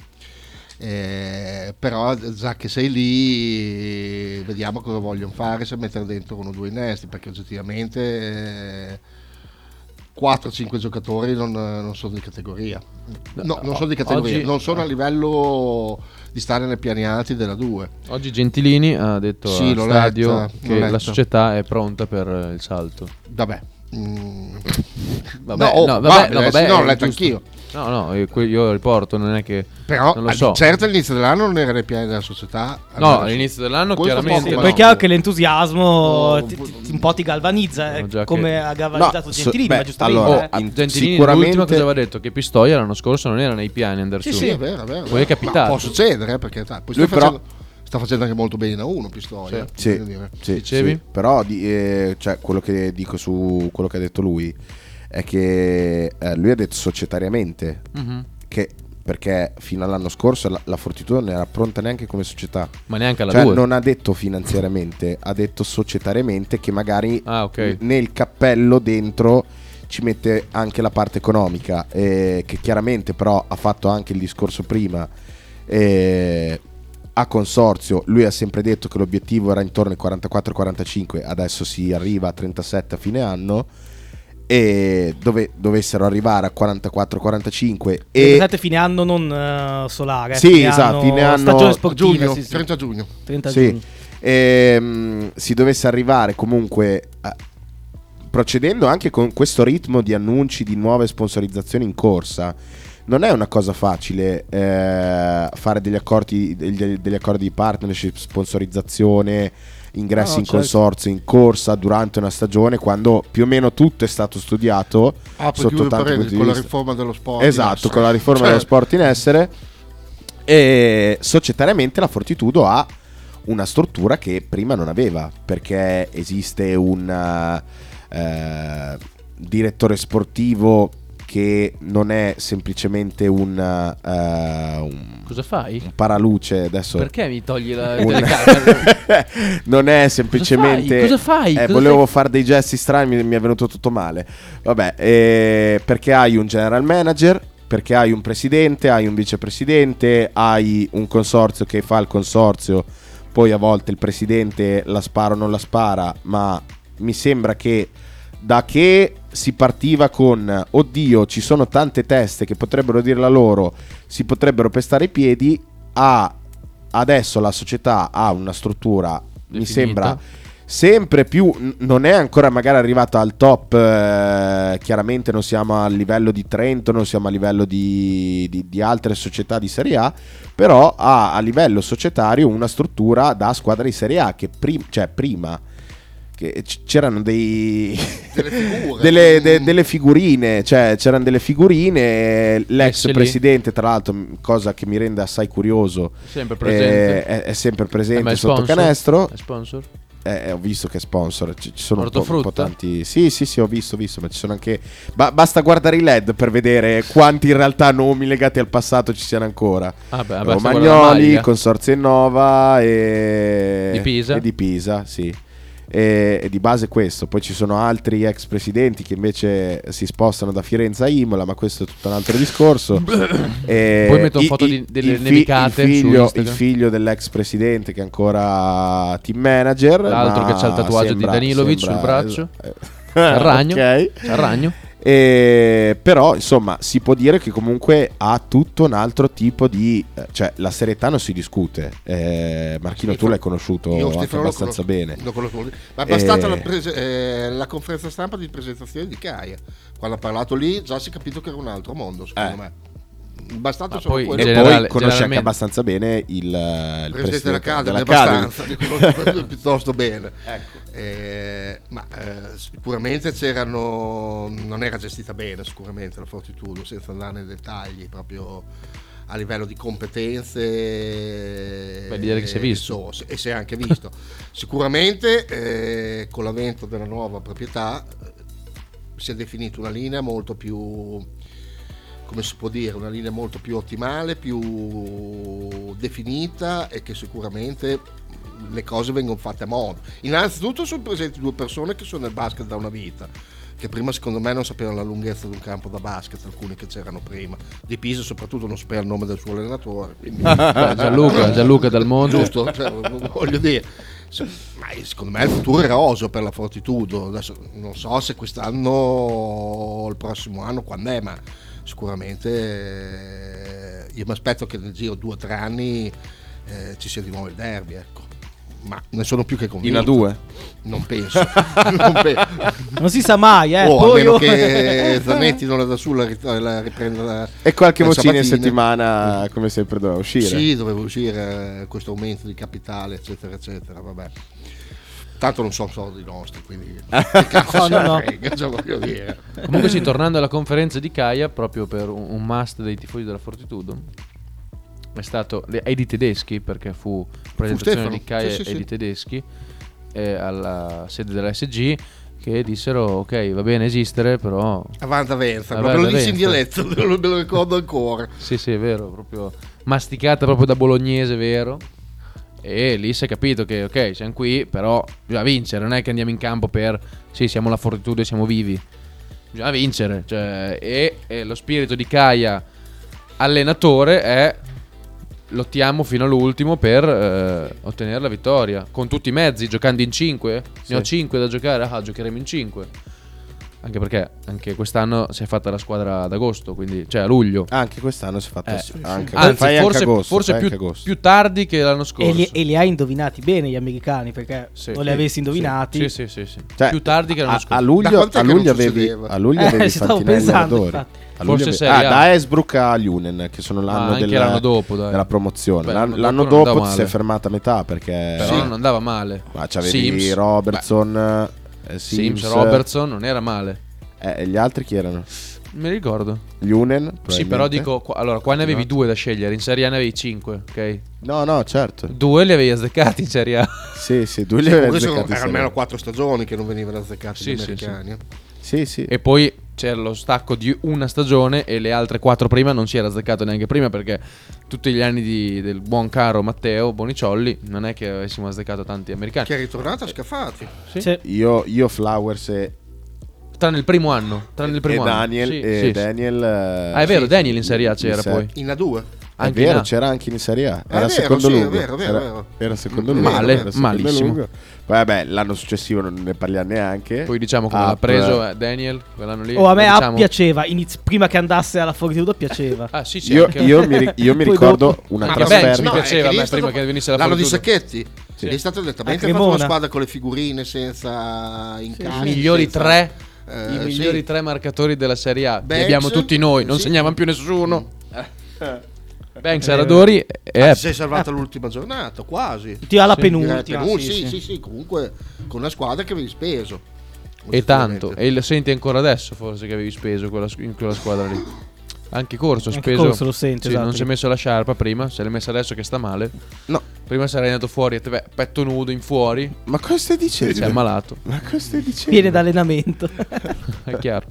Eh, però già che sei lì vediamo cosa vogliono fare, se mettere dentro uno o due innesti, perché oggettivamente eh, quattro cinque giocatori non, non sono di categoria, no, non sono di categoria, Oggi- non sono a livello di stare nei piani alti della due. Oggi Gentilini ha detto Sì, al l'ho stadio letta, l'ho che letta. la società è pronta per eh, il salto. Vabbè, mm. Vabbè, no, oh, no, va, vabbè, no, eh, vabbè, sì, no, l'ho è letto giusto. anch'io. No, no, io, que- io riporto, non è che Però non lo so. certo all'inizio dell'anno non era nei piani della società. No, Allora, all'inizio dell'anno questo chiaramente poco, no. ma Poi è chiaro che l'entusiasmo No, ti- ti- un po' ti galvanizza, eh, No, già come che- ha galvanizzato No, Gentilini, so- ma beh, giustamente. allora, eh. Oh, in- Gentilini sicuramente- l'ultima cosa aveva detto? Che Pistoia l'anno scorso non era nei piani andarsene Sì, su. sì, è vero, è vero. Poi è capitato. Ma può succedere, eh, perché dai, poi sta, Lui però- facendo, sta facendo anche molto bene a uno Pistoia. Sì, voglio dire. sì, Dicevi? sì. Però di- eh, cioè, quello che dico su quello che ha detto lui è che eh, lui ha detto societariamente Mhm. che perché fino all'anno scorso la, la Fortitudo non era pronta neanche come società. Ma neanche alla Cioè, due. non ha detto finanziariamente, ha detto societariamente che magari Ah, ok. nel cappello dentro ci mette anche la parte economica, eh, che chiaramente però ha fatto anche il discorso prima. Eh, a consorzio lui ha sempre detto che l'obiettivo era intorno ai quarantaquattro quarantacinque, adesso si arriva a trentasette a fine anno, e dove dovessero arrivare a quarantaquattro quarantacinque e trentasette fine anno non eh, solare, eh, Sì, fine esatto, anno, fine anno- stagione sportiva, Giugno, sì, sì. trenta giugno. trenta sì, giugno. ehm, si dovesse arrivare comunque a, procedendo anche con questo ritmo di annunci di nuove sponsorizzazioni in corsa, non è una cosa facile eh, fare degli accordi, degli, degli accordi di partnership, sponsorizzazione, ingressi no, in certo. consorzio in corsa durante una stagione, quando più o meno tutto è stato studiato Ah, per sotto chiudere tanti parentesi, punti di con la vista. riforma dello sport. Esatto, in con la riforma cioè, dello sport in essere. E societariamente la Fortitudo ha una struttura che prima non aveva, perché esiste un eh, direttore sportivo che non è semplicemente un, uh, un Cosa fai? un paraluce adesso. Perché mi togli la Un- telecamera? non è semplicemente Cosa fai? eh, Cosa volevo fai? fare dei gesti strani, mi, mi è venuto tutto male. Vabbè, eh, perché hai un general manager, perché hai un presidente, hai un vicepresidente, hai un consorzio che fa il consorzio, poi a volte il presidente la spara o non la spara, ma mi sembra che da che si partiva con oddio ci sono tante teste che potrebbero dire la loro, si potrebbero pestare i piedi, a adesso la società ha una struttura, mi Definita. sembra sempre più, n- non è ancora magari arrivata al top, eh, chiaramente non siamo a livello di Trento, non siamo a livello di, di, di altre società di Serie A, però ha a livello societario una struttura da squadra di Serie A che prim- cioè prima che c- c'erano dei Delle figure. delle, de- delle figurine, cioè c'erano delle figurine, l'ex Messe lì. presidente tra l'altro, m- cosa che mi rende assai curioso, Sempre presente. eh, è, è sempre Eh, ma presente è sotto sponsor? canestro. È sponsor? Eh, ho visto che è sponsor, ci, ci sono un po', un po' Ortofrutta? tanti. Sì, sì, sì, ho visto, ho visto, ma ci sono anche. ba- basta guardare i L E D per vedere quanti in realtà nomi legati al passato ci siano ancora. Ah, beh, basta guardare la Romagnoli, maglia. Consorzio Innova e Di Pisa. e di Pisa, sì. E, e di base questo. Poi ci sono altri ex presidenti che invece si spostano da Firenze a Imola, ma questo è tutto un altro discorso. E Poi mettono i- foto i- di- delle il fi- nevicate il su figlio, il Instagram. figlio dell'ex presidente che è ancora team manager, L'altro ma che c'ha il tatuaggio sembra- di Danilovic sembra- sul braccio. eh, C'ha il ragno. ok. C'ha il ragno. E, però insomma si può dire che comunque ha tutto un altro tipo di eh, cioè la serietà non si discute. eh, Marchino, tu l'hai conosciuto Io anche Stefano lo abbastanza conosco- bene. lo conosco. Ma è bastata Eh, la, prese- eh, la conferenza stampa di presentazione di Caia. Quando ha parlato lì già si è capito che era un altro mondo, secondo Eh. me. Bastato Ma solo poi quello. e in poi generale- conosce anche generalmente- abbastanza bene il, il Il presidente della Academy, dell'Academy. abbastanza, li conosco piuttosto bene. Ecco. Eh, ma eh, sicuramente c'erano, non era gestita bene sicuramente la Fortitudo, senza andare nei dettagli, proprio a livello di competenze. Beh, direi che si è visto. e so- e si è anche visto. Sicuramente eh, con l'avvento della nuova proprietà eh, si è definita una linea molto più, come si può dire, una linea molto più ottimale, più definita, e che sicuramente le cose vengono fatte a modo. Innanzitutto sono presenti due persone che sono nel basket da una vita, che prima secondo me non sapevano la lunghezza di un campo da basket, alcuni che c'erano prima. Di Pisa soprattutto non sapeva il nome del suo allenatore. Quindi, Beh, Gianluca, Gianluca Dal Monte. giusto, cioè, voglio dire, se- ma secondo me il futuro è roseo per la Fortitudo. Adesso non so se quest'anno o il prossimo anno quando è, ma sicuramente eh, io mi aspetto che nel giro due o tre anni eh, ci sia di nuovo il derby, ecco. Ma ne sono più che convinto. In A due? Non penso. non penso. Non si sa mai, eh. Oh, a Poi meno io- che Zanetti non la dà su, la, rit- la riprenda la- E qualche la vocina in Sabatini. settimana come sempre doveva uscire. Sì, doveva uscire questo aumento di capitale, eccetera, eccetera. Vabbè. Tanto non sono soldi nostri, quindi che cazzo No, ce no, ne no. frega, cioè, voglio dire. Comunque sì, tornando alla conferenza di Caia, proprio per un, un must dei tifosi della Fortitudo, è stato ai di tedeschi, perché fu presentazione Stefano, di Caia sì, sì, e sì. di tedeschi eh, alla sede della S G, che dissero ok, va bene esistere, però Avanti Avenza, Avanti ma me lo dici in Avenza. dialetto, me lo, me lo ricordo ancora. sì sì è vero, proprio masticata proprio da bolognese, vero. E lì si è capito che ok, siamo qui, però bisogna vincere, non è che andiamo in campo per sì, siamo la Fortitudo e siamo vivi, bisogna vincere, cioè, e, e lo spirito di Caia allenatore è lottiamo fino all'ultimo per eh, ottenere la vittoria con tutti i mezzi, giocando in cinque. Sì. Ne ho cinque da giocare, ah, giocheremo in cinque. Anche perché anche quest'anno si è fatta la squadra ad agosto, quindi cioè a luglio. Anche quest'anno si è fatta Eh, anche, Anzi, fai anche forse, agosto, forse fai più, anche agosto. più tardi che l'anno scorso. E li, e li hai indovinati bene gli americani, perché Sì. non li avessi indovinati. Sì, sì, sì, sì. Cioè, più tardi che l'anno a, scorso. a Da luglio, quant'è a che non luglio avevi, succedeva? a luglio Eh, avevi ci stavo Fantinelli e pensando, Radori. infatti. A luglio Forse avevi- Serie ah, A. da Esbrook a Lunen, che sono l'anno, anche della, l'anno dopo, dai. della promozione. Beh, l'anno, l'anno l'anno dopo non dopo andava ti sei male. fermata a metà perché Però non andava male. ma c'avevi Sims, Robertson, eh, Sims, Sims, Robertson non era male. eh, e gli altri chi erano? Mi ricordo. Lunen? Sì, però probabilmente. dico, qua- allora, qua ne avevi due da scegliere, in Serie A ne avevi cinque, ok? No, no, certo. Due li avevi azzeccati in Serie A. Sì, sì, due li Sì, avevi comunque sono- azzeccati era insieme. almeno quattro stagioni che non venivano azzeccati Sì, gli sì, americani. eh. Sì, sì. E poi c'era lo stacco di una stagione e le altre quattro prima non si era azzeccato neanche prima, perché tutti gli anni di- del buon caro Matteo Boniciolli non è che avessimo azzeccato tanti americani. Che è ritornato a Scafati. Sì. Io, io Flowers e, Tranne il primo anno. Tranne il primo e anno. Daniel, Sì, e sì, sì. Daniel eh, Ah, è vero, sì, Daniel in Serie A in c'era Serie- poi. In A due. È Anche in vero, A. c'era anche in Serie A. È Era vero, secondo sì, è lungo. vero, vero, era, vero. era secondo Male, lungo. era secondo malissimo. lungo. Poi vabbè, l'anno successivo non ne parliamo neanche. Poi diciamo come l'ha Up, preso eh, Daniel quell'anno lì. O a me lo ah, diciamo. piaceva, iniz- prima che andasse alla Fortitudo piaceva. Ah sì sì Io, anche- io mi, ri- io mi Poi ricordo dopo- una Anche trasferta. Banks mi No, è piaceva che lì a è me stato prima che venisse la l'anno di Fortitudo. Sacchetti. Sì. Lì è stato nettamente A fatto una Cremona. squadra con le figurine senza incassi. I migliori senza- tre eh, I migliori sì. tre marcatori della Serie A. Li Banks, abbiamo tutti noi, non sì. segnava più nessuno. Banks Eh, era Dori e Ah, Epp. ti sei salvato l'ultima giornata, quasi. Ti alla Sì. penultima. Penul- sì, sì, sì. sì, sì, comunque con una squadra che avevi speso. E tanto. oggettivamente. E lo senti ancora adesso forse che avevi speso quella, in quella squadra lì. Anche Corso ha Anche speso. Corso lo sente, Sì, esatto. non si è messo la sciarpa prima, se l'è messa adesso che sta male. No, Prima sarei andato fuori a te- beh, petto nudo in fuori, ma cosa stai dicendo? si è ammalato. Ma cosa stai dicendo? Viene da allenamento. È chiaro.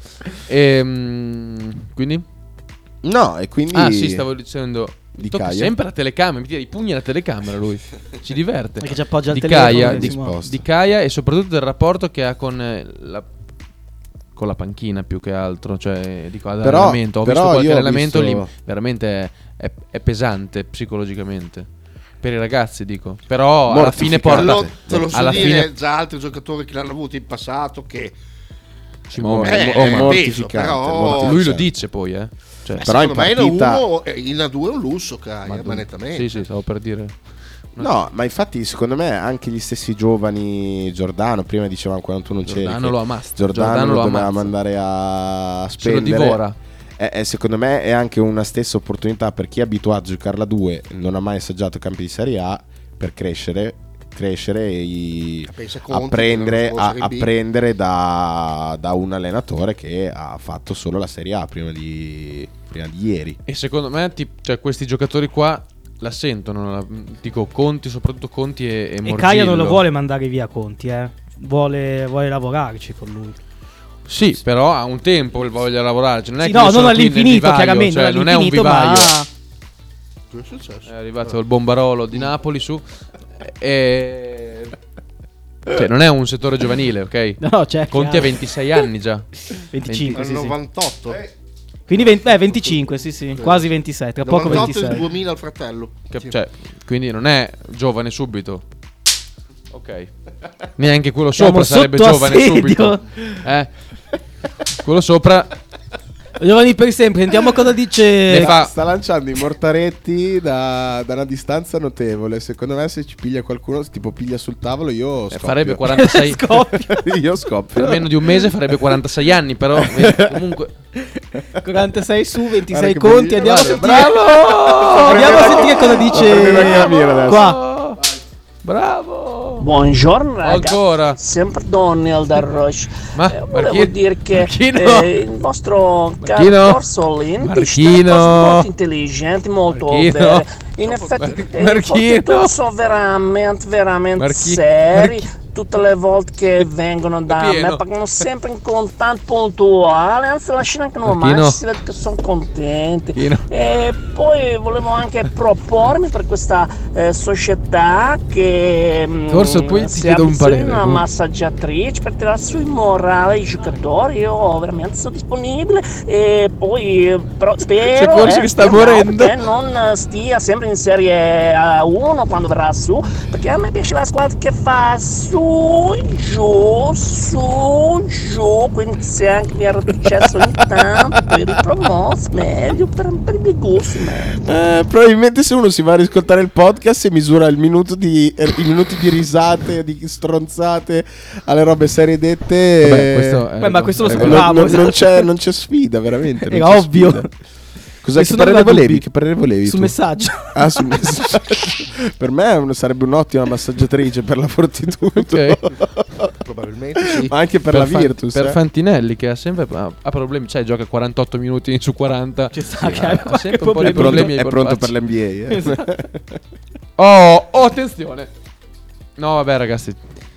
Ehm, quindi? No, e quindi Ah sì, stavo dicendo Di tocca Caia? sempre la telecamera, mi tira i pugni alla telecamera lui. Si diverte. Perché ci appoggia il Di telefono Caia, e di, si muove. di Caia e soprattutto del rapporto che ha con eh, la con la panchina più che altro, cioè dico ad Però- allenamento. Ho però visto qualche io ho allenamento visto- lì, veramente è, è- è pesante psicologicamente. Per i ragazzi dico. Però alla fine porta Te lo, te lo so alla dire fine già altri giocatori che l'hanno avuto in passato che si muove. Eh, Oh, è ma- mortificante, però- mortificante. lui lo dice poi, eh. Cioè, eh, Però in secondo me partita- in A uno eh, in A due è un lusso, Caia, ma- ma, ma nettamente. Sì, sì, stavo per dire. No, ma infatti secondo me anche gli stessi giovani, Giordano, prima dicevamo quando tu non c'eri, Giordano che lo ammazza. Giordano, Giordano lo lo doveva ammazza. mandare a Se lo spendere. divora. Eh, eh, secondo me è anche una stessa opportunità per chi è abituato a giocare a due, non ha mai assaggiato campi di Serie A, per crescere, crescere e i- Pensa Conti, apprendere, che non a, fosse Serie B. apprendere da, da un allenatore che ha fatto solo la Serie A prima di, prima di ieri. E secondo me ti- cioè, questi giocatori qua la sentono. la- dico Conti, soprattutto Conti e, e E Morgillo. Caia non lo vuole mandare via Conti, eh. Vuole, vuole lavorarci con lui. Sì, però ha un tempo il voglia lavorarci. Non è Sì, che no, io sono non qui nel all'infinito, vivaio, chiaramente. cioè, non è un all'infinito, vivaio. ma Cosa è successo? È arrivato il bombarolo di Napoli su. E... Cioè, non è un settore giovanile, ok? no, cioè, Conti ha chiaro. ventisei anni già. venticinque, Nel sì, sì. novantotto. Quindi venti, eh, venticinque, sì, sì, quasi ventisei, tra poco novantotto e ventisei. duemila al fratello. Cap- Sì. Cioè, quindi non è giovane subito. Ok. Neanche quello sopra Siamo sarebbe sotto giovane assedio. subito. Eh? Quello sopra Giovani per sempre, sentiamo cosa dice. Ne fa- Sta lanciando i mortaretti da, da una distanza notevole. Secondo me se ci piglia qualcuno, tipo piglia sul tavolo, io eh, scoppio. farebbe quarantasei. Scoppio. Io scoppio. Per meno di un mese farebbe quarantasei anni, però vedi, comunque quarantasei su, ventisei Guarda che conti. belli- Andiamo a guarda, sentire. bravo! Andiamo a sentire cosa dice. prendere anche la mira adesso. Qua. Bravo! Buongiorno ragazzi, Ancora. sempre Daniel da Roche. Ma Eh, volevo Marchino- dire che Marchino? eh, il vostro Marchino? caro Corsolin Marchino? molto intelligente, molto Marchino? vero. In effetti Mar- eh, Marchino? forse sono veramente veramente Marchi- seri Marchi- tutte le volte che vengono da me, Pieno. pagano sempre in contanti puntuale, anzi lasciano anche Marchino? normale, si vede che sono contenti. Marchino? E poi volevo anche propormi per questa eh, società che mm, Forse poi ti si chiedo un avvicina parere. una massaggiatrice per tirare sui morali ai giocatori. Io veramente sono disponibile e poi eh, però spero C'è Corsi eh, che sta speriamo morendo. che non stia sempre in Serie uno quando verrà su, perché a me piace la squadra che fa su, giù, su, show, quindi se anche mi era successo ogni tanto per i promos meglio per, per i miei gusti meglio. Eh, probabilmente se uno si va a riscoltare il podcast e misura il minuto di, eh, i minuti di risate, di stronzate alle robe serie dette. Vabbè, questo è- Beh, ma questo lo eh, sapevamo. non, non, non c'è, non c'è sfida, veramente. non Era c'è ovvio. sfida. Cos'è, che Nessuno parere aveva volevi? dubbi. Che parere volevi Sul tu? messaggio. Ah, sul messaggio. Per me un- sarebbe un'ottima massaggiatrice per la Fortitudo. Ok. Probabilmente sì. Ma anche per, Per la Fa- Virtus. per eh. Fantinelli che ha sempre ha, ha problemi, cioè gioca quarantotto minuti su quaranta. Ci sta che ha, ha ha sempre un po' di è pronto, problemi ai è pronto per polpacci. l'N B A. eh. Esatto. Oh, oh, attenzione. No, vabbè, ragazzi.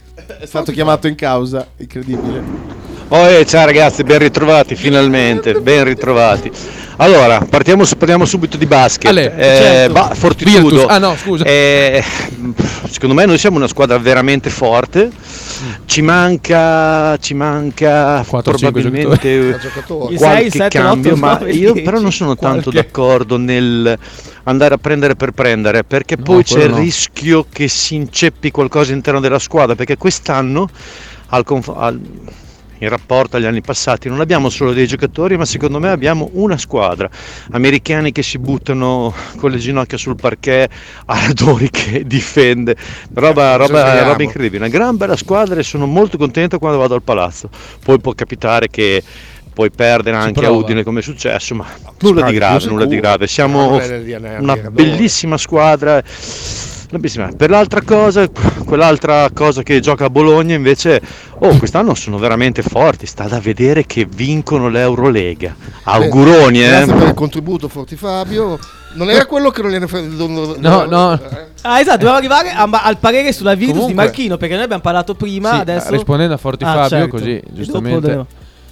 È stato chiamato in causa, incredibile. Oh, eh, ciao ragazzi, ben ritrovati finalmente, ben ritrovati. Allora, partiamo, parliamo subito di basket. Ale, eh, certo. ba- Fortitudo. Virtus. Ah, no, scusa. Eh, secondo me noi siamo una squadra veramente forte. Ci manca, ci manca quattro cinque probabilmente giocatori. I sei, qualche sette, cambio, otto, ma nove, io dieci. però non sono tanto Qualche. d'accordo nel andare a prendere per prendere, perché No, poi c'è quello il no. rischio che si inceppi qualcosa all'interno della squadra, perché quest'anno al conf- al- in rapporto agli anni passati non abbiamo solo dei giocatori, ma secondo me abbiamo una squadra. Americani che si buttano con le ginocchia sul parquet, Aradori che difende, roba, roba, Esageriamo. roba incredibile, una gran bella squadra e sono molto contento quando vado al palazzo. Poi può capitare che puoi perdere anche a prova. Udine come è successo, ma nulla di grave, nulla di grave. Siamo Non è nel D N A una di Aradori. bellissima squadra. Bellissima. Per l'altra cosa, quell'altra cosa che gioca a Bologna invece, oh, quest'anno sono veramente forti, sta da vedere che vincono l'Eurolega. Auguroni, Beh, eh. Grazie per il contributo, Forti Fabio. Non era quello che non gliene frega. No, no. Ah, esatto, dobbiamo arrivare a- al parere sulla Virtus Comunque- di Marchino, perché noi abbiamo parlato prima, Sì, adesso... rispondendo a Forti Ah, Fabio, certo. così E dopo giustamente. devo-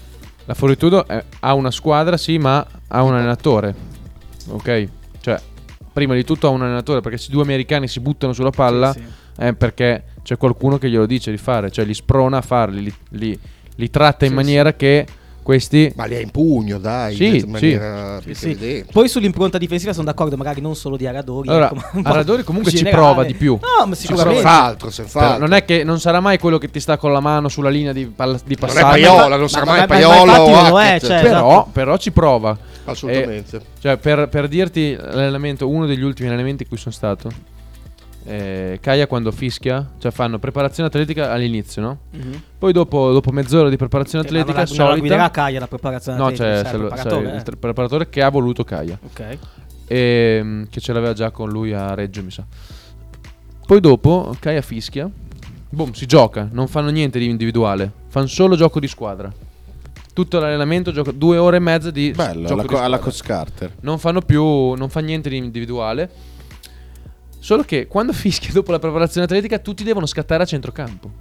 La Fortitudo è- ha una squadra, sì, ma ha un allenatore. Ok? Cioè, prima di tutto ha un allenatore, perché se due americani si buttano sulla palla Sì, sì. è perché c'è qualcuno che glielo dice di fare, cioè li sprona a farli, li, li- li tratta in Sì, maniera che questi... Ma li ha in pugno, dai, Sì, in sì. maniera più Sì, che sì. evidente. Poi sull'impronta difensiva sono d'accordo, magari non solo di Aradori. Allora, ecco, ma un po' Aradori comunque in ci generale. prova di più. No, ma Sì, sicuramente. senz'altro, senz'altro. Però non è che non sarà mai quello che ti sta con la mano sulla linea di, palla- di Non è passaggio. Paiola, non sarà ma- mai ma- ma Paiola infatti o non lo è, Hackett. cioè. Però, esatto. però ci prova. Assolutamente. Eh, cioè, per, per dirti l'allenamento, uno degli ultimi allenamenti in cui sono stato, eh, Caia quando fischia, cioè fanno preparazione atletica all'inizio, no? Mhm. Poi dopo, dopo mezz'ora di preparazione Eh, ma atletica non la- non la guiderà solita, Caia la preparazione no, atletica, c'è, sai, c'è il lo- preparatore, c'è il eh. tre- preparatore che ha voluto Caia, Ok. e, che ce l'aveva già con lui a Reggio, mi sa. Poi dopo Caia fischia, boom, si gioca, non fanno niente di individuale, fanno solo gioco di squadra. Tutto l'allenamento gioca due ore e mezza di Bello, gioco alla, di co- alla squadra. Coach Carter. Non fanno più, non fa niente di individuale. Solo che quando fischia dopo la preparazione atletica, tutti devono scattare a centrocampo.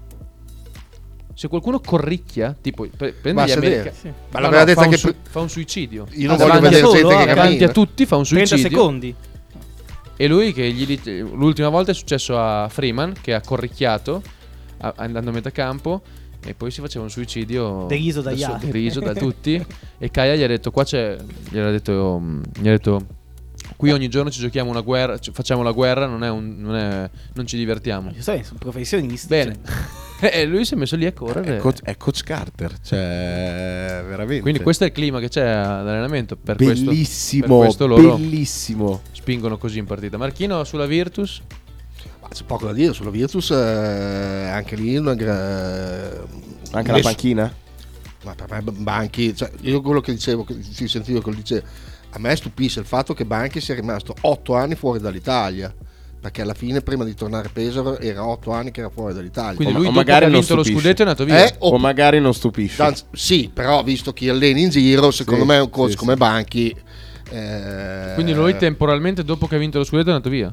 Se qualcuno corricchia, tipo pre- prende Va gli a sedere. americani, Sì. no, Ma l'aveva no, detta fa, un che su- pre- fa un suicidio. Io non Ah, voglio davanti vedere a gente solo, che ah, Davanti cammina. a tutti fa un trenta suicidio. secondi. E lui che gli dice, l'ultima volta è successo a Freeman che ha corricchiato a- andando a metà campo e poi si faceva un suicidio Deriso dagli da so- altri. deriso da tutti. E Caia gli ha detto qua c'è, gli ha detto, mm, gli ha detto qui ogni giorno ci giochiamo una guerra, ci- facciamo la guerra, non è un, non, è, non ci divertiamo. Io sai, sono professionisti. Bene. cioè. E lui si è messo lì a correre. È coach, è Coach Carter, cioè veramente. Quindi questo è il clima che c'è all'allenamento. Per questo, bellissimo, per questo loro bellissimo. spingono così in partita. Marchino sulla Virtus. Ma c'è poco da dire sulla Virtus, eh, anche lì una gra- Anche la ness- panchina? Ma per me Banchi, cioè io quello che dicevo, che si sentiva che lo dicevo, a me stupisce il fatto che Banchi sia rimasto otto anni fuori dall'Italia. Perché alla fine, prima di tornare a Pesaro, era otto anni che era fuori dall'Italia. Quindi O lui ma- o dopo che magari ha non vinto lo stupisce. scudetto è andato via. Eh, O o- magari non stupisce. Dan- sì, però visto chi allena in giro, secondo Sì, me un coach sì, come sì. Banchi. eh, Quindi lui temporalmente dopo che ha vinto lo scudetto è andato via.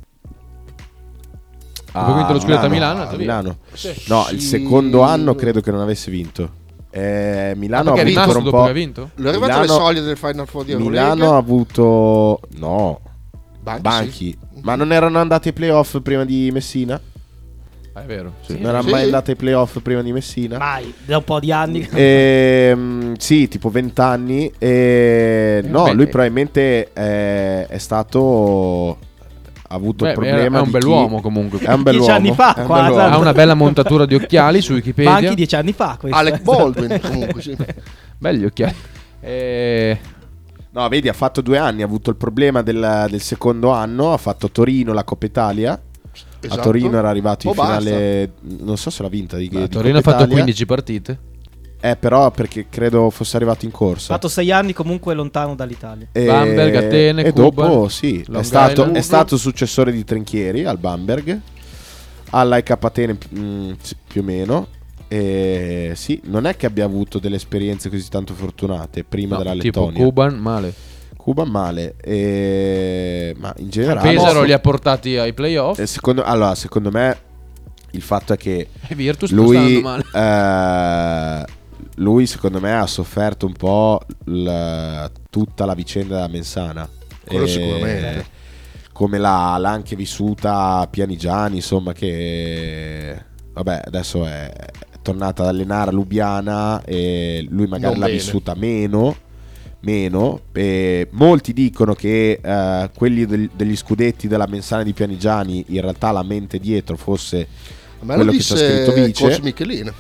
Ah, Dopo che ha vinto lo scudetto a Milano, Milano, è andato a via. Milano. Sì. No, il Sì. secondo anno credo che non avesse vinto. Eh, Milano Ah, ha perché è avuto rimasto un dopo po'. che ha vinto? Lui è arrivato alle Milano- soglie del Final Four di Eurolega. Milano ha avuto. No, Banchi, Banchi. sì. Ma non erano andati ai playoff prima di Messina? Ah, è vero. Sì. Non erano Sì. mai andati ai playoff prima di Messina? Mai, da un po' di anni. Ehm, sì, tipo venti anni. E no, Beh, lui eh. probabilmente è, è stato. ha avuto Beh, il problema è un di bell'uomo chi... comunque. È un bell'uomo. Dieci anni fa, è un qua, bell'uomo. esatto. Ha una bella montatura di occhiali su Wikipedia. Ma anche dieci anni fa questo. Alec Baldwin comunque sì. Belli occhiali. E... No, vedi, ha fatto due anni, ha avuto il problema del, del secondo anno, ha fatto Torino la Coppa Italia. Esatto. A Torino era arrivato in Oh, basta. finale, non so se l'ha vinta di, Beh, di Torino ha Coppa fatto Italia. quindici partite. Eh, però perché credo fosse arrivato in Ha corsa. fatto sei anni comunque lontano dall'Italia. E, Bamberg, Atene, e Kuban, dopo sì, Long è stato, Island. è stato successore di Trinchieri al Bamberg, all'A E K Atene mh, sì, più o meno. E sì, non è che abbia avuto delle esperienze così tanto fortunate prima No, della tipo Lettonia. Kuban, male. Cuban male, e... ma in generale Pesaro no. li ha portati ai playoff. E secondo, allora, secondo me il fatto è che E Virtus lui, sta andando male. eh, lui secondo me ha sofferto un po' l- tutta la vicenda della Mensana. Quello E sicuramente. Come l'ha, l'ha anche vissuta Pianigiani, insomma, che vabbè adesso è tornata ad allenare a Lubiana e lui magari Non l'ha bene. vissuta meno. Meno e molti dicono che eh, quelli del- degli scudetti della Mensana di Pianigiani in realtà la mente dietro fosse A me lo quello che c'è scritto disse Vice. coach Michelin.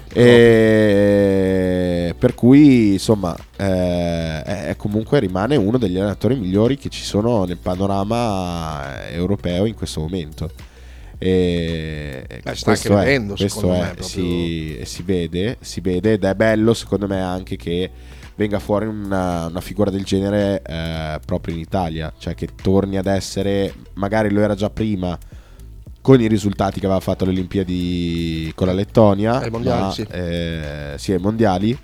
E per cui insomma eh, è comunque rimane uno degli allenatori migliori che ci sono nel panorama europeo in questo momento. E Beh, sta questo anche è, vedendo, questo secondo è, me, proprio. si, si vede, si vede ed è bello secondo me anche che venga fuori una, una figura del genere eh, proprio in Italia, cioè che torni ad essere, magari lo era già prima con i risultati che aveva fatto alle Olimpiadi con la Lettonia, Ai mondiali, ma, sì. eh, sì, ai mondiali,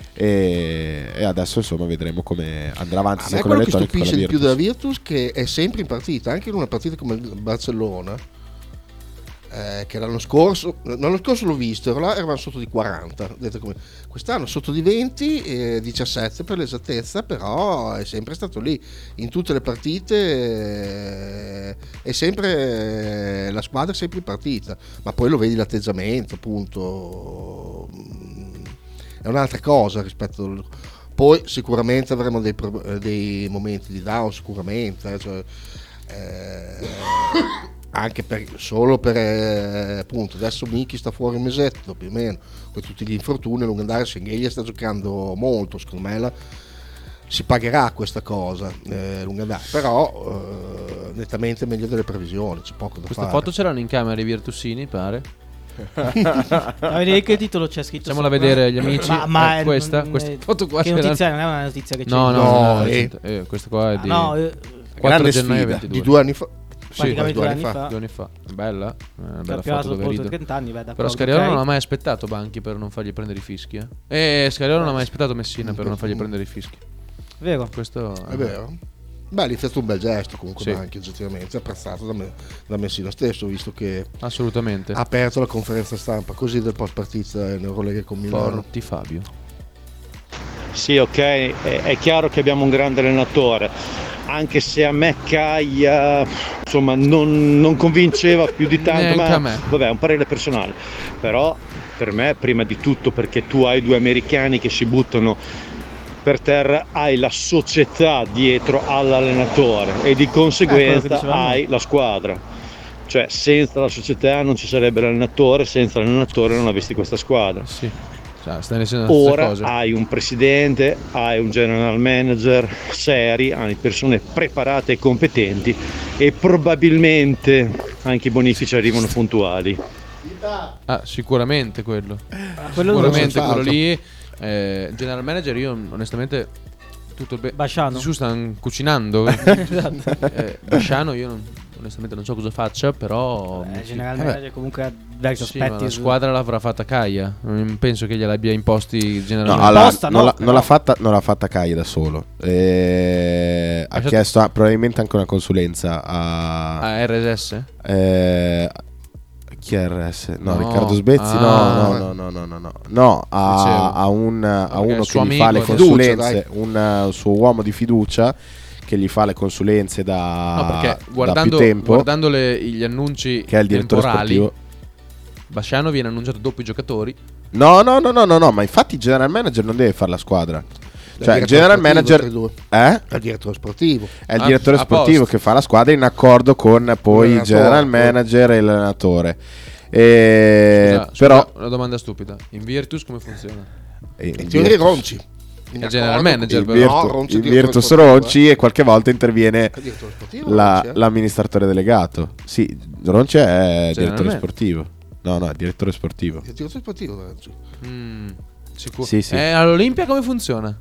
e, e adesso insomma vedremo come andrà avanti A sia me con la quello che Lettonia che con la stupisce di più Virtus. della Virtus che è sempre in partita, anche in una partita come il Barcellona, eh, che l'anno scorso l'anno scorso l'ho visto, ero là, eravamo sotto di quaranta, ho detto come, quest'anno sotto di venti, eh, diciassette per l'esattezza, però è sempre stato lì in tutte le partite, eh, è sempre eh, la squadra è sempre in partita, ma poi lo vedi l'atteggiamento, appunto, mm, è un'altra cosa rispetto al... Poi sicuramente avremo dei, pro- eh, dei momenti di down, sicuramente, eh, cioè, eh, anche per, solo per eh, appunto adesso Miki sta fuori un mesetto più o meno con tutti gli infortuni a lungo andare. Sengheglia sta giocando molto, secondo me la, si pagherà questa cosa eh, a lungo andare, però eh, nettamente meglio delle previsioni, c'è poco da Questa fare. foto c'erano in camera i Virtusini, pare. A vedere che titolo c'è scritto. Facciamola sopra. vedere agli amici. Ma, ma Eh, è- questa, non- questa è- foto qua che c'era- notizia è? Non è una notizia che c'è. No, no, No, no, no, eh. eh, questa qua è Ah, di no, eh, quattro grande gennaio sfida, ventidue. Di due anni fa, Sì, praticamente due due anni anni fa. fa. due anni fa. Bella, eh, bella Campionato foto dove dopo rido. trenta anni, beh, d'accordo, Però Scariolo ok. non ha mai aspettato Banchi per non fargli prendere i fischi. Eh, eh Scariolo non ha mai aspettato Messina per non fargli prendere i fischi. Vero. Questo è vero. Beh, gli ha fatto un bel gesto comunque, Sì. anche oggettivamente apprezzato da, me, da Messina stesso, visto che Assolutamente. ha aperto la conferenza stampa così del post partita in Eurolega con Milano. Forti Fabio. Sì, ok, è, è chiaro che abbiamo un grande allenatore, anche se a me Caia insomma non, non convinceva più di tanto, Neanche ma a me. vabbè, è un parere personale, però per me prima di tutto perché tu hai due americani che si buttano per terra, hai la società dietro all'allenatore e di Eh, quello conseguenza che dicevamo. hai la squadra. Cioè senza la società non ci sarebbe l'allenatore, senza l'allenatore non avresti questa squadra. Sì. Cioè, stai dicendo la stessa Ora cosa. hai un presidente, hai un general manager seri, hai persone preparate e competenti e probabilmente anche i bonifici arrivano puntuali. Ah, sicuramente quello. Quello Sicuramente senz'altro. quello lì. Eh, general manager, io onestamente. Tutto il bene. Basciano. Su stanno cucinando. Esatto. eh, Basciano, io non- onestamente non so cosa faccia, però. Eh, mi- general vabbè. manager comunque ha diversi Sì, ma aspetti. la su- squadra l'avrà fatta Caia. Non penso che gliel'abbia imposti il general No, manager. allora, Apposta, non, no, l'ha, però- non l'ha fatta, non l'ha fatta Caia da solo. Eh, ha È stato- chiesto ah, probabilmente anche una consulenza a Ah, R S S? eh, chi è R S? No, No. Riccardo Sbezzi. Ah. No, no, no, no, no, no, no. No, a, Dicevo. a un, a perché uno il suo che gli amico fa le è- consulenze, Fiducia, un, un suo uomo di fiducia che gli fa le consulenze da, No, perché da guardando, più tempo, guardando le- gli annunci che è il direttore temporali, sportivo. Basciano viene annunciato dopo i giocatori. No, no, no, no, no, no, ma infatti il general manager non deve fare la squadra. Cioè il general manager eh? È il direttore sportivo. È il Ah, direttore a sportivo posto. che fa la squadra in accordo con poi il general manager e l'allenatore. E Scusa, però scusa, una domanda stupida. In Virtus come funziona? in In teoria Ronci. In È general accordo- manager, il però. Virtu- No, Ronci è il il direttore Virtus sportivo, Ronci eh. e qualche volta interviene È il direttore sportivo, la- Ronci, eh? l'amministratore delegato. Sì, Ronci è General direttore manager. sportivo. No, no, è direttore sportivo. Il direttore sportivo Ronci. Mm, sicuro. Sì, sì. Eh, all'Olimpia come funziona?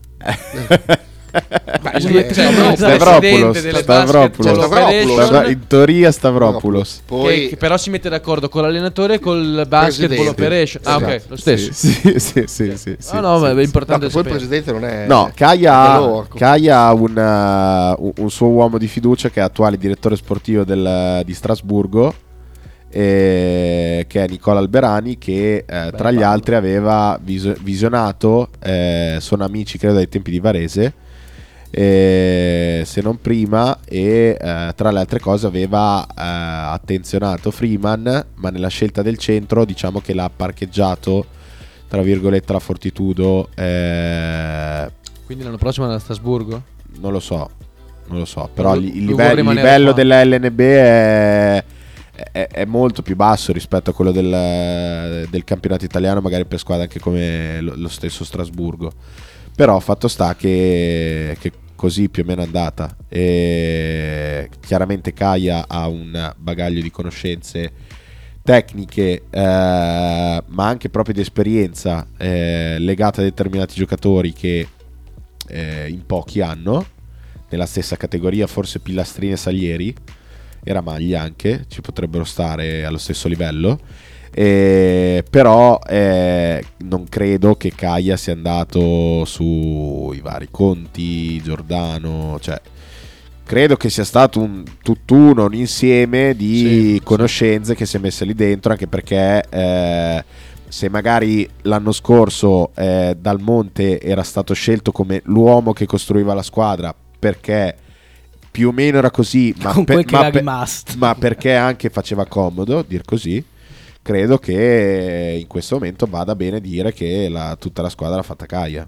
Ma Uno- eh, cioè, uno Stavropoulos, presidente delle Stavropoulos. Basketball Stavropoulos. Federation Stavro- in teoria Stavropoulos. Poi che, che però si mette d'accordo con l'allenatore e col basketball Presidente. operation. Ah, ok, Esatto. lo stesso. Sì, sì, sì, sì, sì, sì, Ah, no, sì, ma è sì. importante no, poi il sapere. presidente non è No, Caia è ha, dell'Orco. Caia ha un, uh, un- un suo uomo di fiducia che è attuale direttore sportivo del- di Strasburgo, eh, che è Nicola Alberani, che eh, tra gli altri aveva viso- visionato, eh, sono amici credo dai tempi di Varese, eh, se non prima, e eh, tra le altre cose aveva eh, attenzionato Freeman, ma nella scelta del centro diciamo che l'ha parcheggiato tra virgolette la Fortitudo, eh, Quindi l'anno prossimo è a Strasburgo? non lo so, non lo so, però Lui- il, il lui live- vuole il rimanere livello qua. dell'L N B è, è, è molto più basso rispetto a quello del, del campionato italiano, magari per squadre anche come lo, lo stesso Strasburgo. Però fatto sta che, che così più o meno è andata. E chiaramente Caia ha un bagaglio di conoscenze tecniche, eh, ma anche proprio di esperienza eh, legata a determinati giocatori che eh, in pochi hanno nella stessa categoria, forse Pilastrini e Salieri e Ramagli anche ci potrebbero stare allo stesso livello. Eh, però eh, non credo che Caia sia andato sui vari Conti, Giordano, cioè credo che sia stato un tutt'uno, un insieme di Sì, conoscenze che si è messe lì dentro, anche perché eh, se magari l'anno scorso eh, Dal Monte era stato scelto come l'uomo che costruiva la squadra perché più o meno era così, ma, Con quel che ma era rimasto. ma perché anche faceva comodo dir così, credo che in questo momento vada bene dire che la- tutta la squadra l'ha fatta Caia.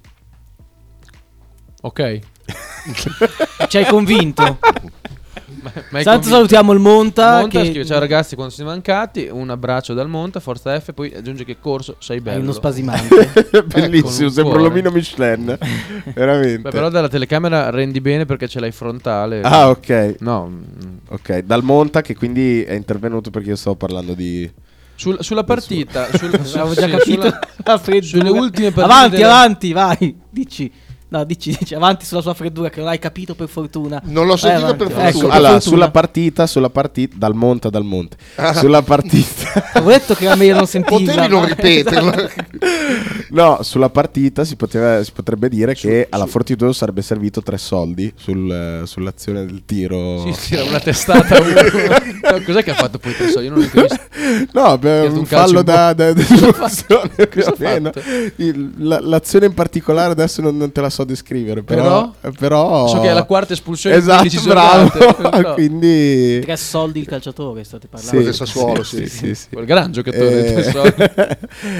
Ok. Ci hai convinto? Ma- ma hai Intanto convinto? salutiamo il Monta, Monta che scrive: ciao ragazzi, quando siete mancati, un abbraccio dal Monta, Forza F. Poi aggiunge che corso, sei è bello. uno spasimante. Bellissimo, un sembra cuore. l'omino Michelin. Veramente. Beh, però dalla telecamera rendi bene perché ce l'hai frontale. Ah, ok. No, mm, Ok, Dal Monta che quindi è intervenuto perché io stavo parlando di... sul- sulla partita, sul, Avevo sì, già capito sulla- la freddura. sulle ultime partite Avanti, della- avanti, vai. Dici. No, dici, dici avanti sulla sua freddura che non hai capito per fortuna. Non l'ho sentito avanti. per Ecco, fortuna. per Allora, fortuna. sulla partita, sulla partita, Dal Monte, Dal Monte. Sulla partita... Avevo detto che era meglio non sentirla. Potevi non ripeterlo. No, sulla partita si, poteva, si potrebbe dire che alla Fortitudo sarebbe servito tre soldi sul- sull'azione del tiro. Sì, sì, era una testata. a uno. No, cos'è che ha fatto poi Tresso? Io non l'ho visto. No, beh, Tirato un un calcio fallo in da, da, da espulsione, più Cosa o ha meno. fatto? Il- la- l'azione in particolare adesso non, non te la so descrivere, però, Però? però So che è la quarta espulsione in esatto, quindici bravo. giornate. No. Quindi Tre soldi il calciatore, state parlando. Sì. del Sassuolo, sì. sì, sì. Quel gran giocatore del Eh, Tresso.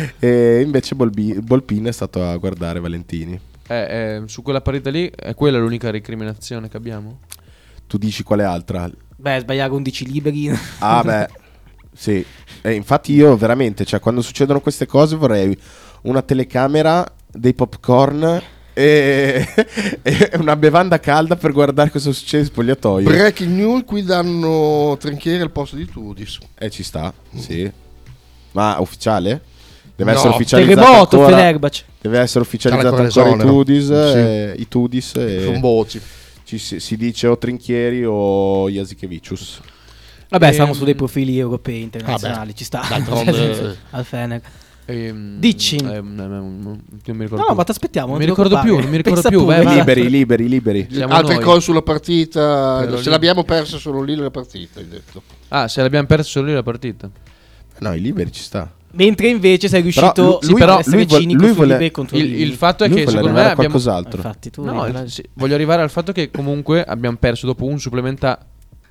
e invece Bolbi- Bolpin è stato a guardare Valentini. Eh, eh, su quella partita lì è quella l'unica recriminazione che abbiamo? Tu dici quale altra? Beh, sbagliare undici liberi. Ah beh, sì. E infatti io veramente, cioè quando succedono queste cose vorrei una telecamera, dei popcorn e, e una bevanda calda per guardare cosa succede in spogliatoio. Breaking news, qui danno Trinchieri al posto di Tudis. E ci sta, sì. Ma ufficiale? Deve No, essere ufficializzato Terremoto, ancora. Fenerbahce. Deve essere ufficializzato C'ha ancora i l'esonero. Tudis, Sì. e, i Tudis e Sono voci. ci si, si dice o Trinchieri o Jasikevicius. Vabbè, Ehm, stiamo su dei profili europei internazionali, vabbè, ci sta. d'altronde- Al Fener. Ehm, Dici. eh, non non mi ricordo No, più. ma ti aspettiamo. Non non mi ti ricordo più, preoccupare. non mi ricordo Pensa più, pure, vai, va. avanti. Liberi, liberi, liberi. Siamo Altre noi. cose sulla partita. Quello Se lì. l'abbiamo persa solo lì la partita, hai detto. Ah, se l'abbiamo perso solo lì la partita. No, i liberi ci sta. Mentre invece sei riuscito Però sì, lui- però lui essere vuole- cinico lui sui vuole- liberi contro Il, liberi. il fatto è Lui che vuole secondo me arrivare a abbiamo qualcos'altro. Infatti tu No, devi- sì, voglio arrivare al fatto che comunque abbiamo perso dopo un supplementare.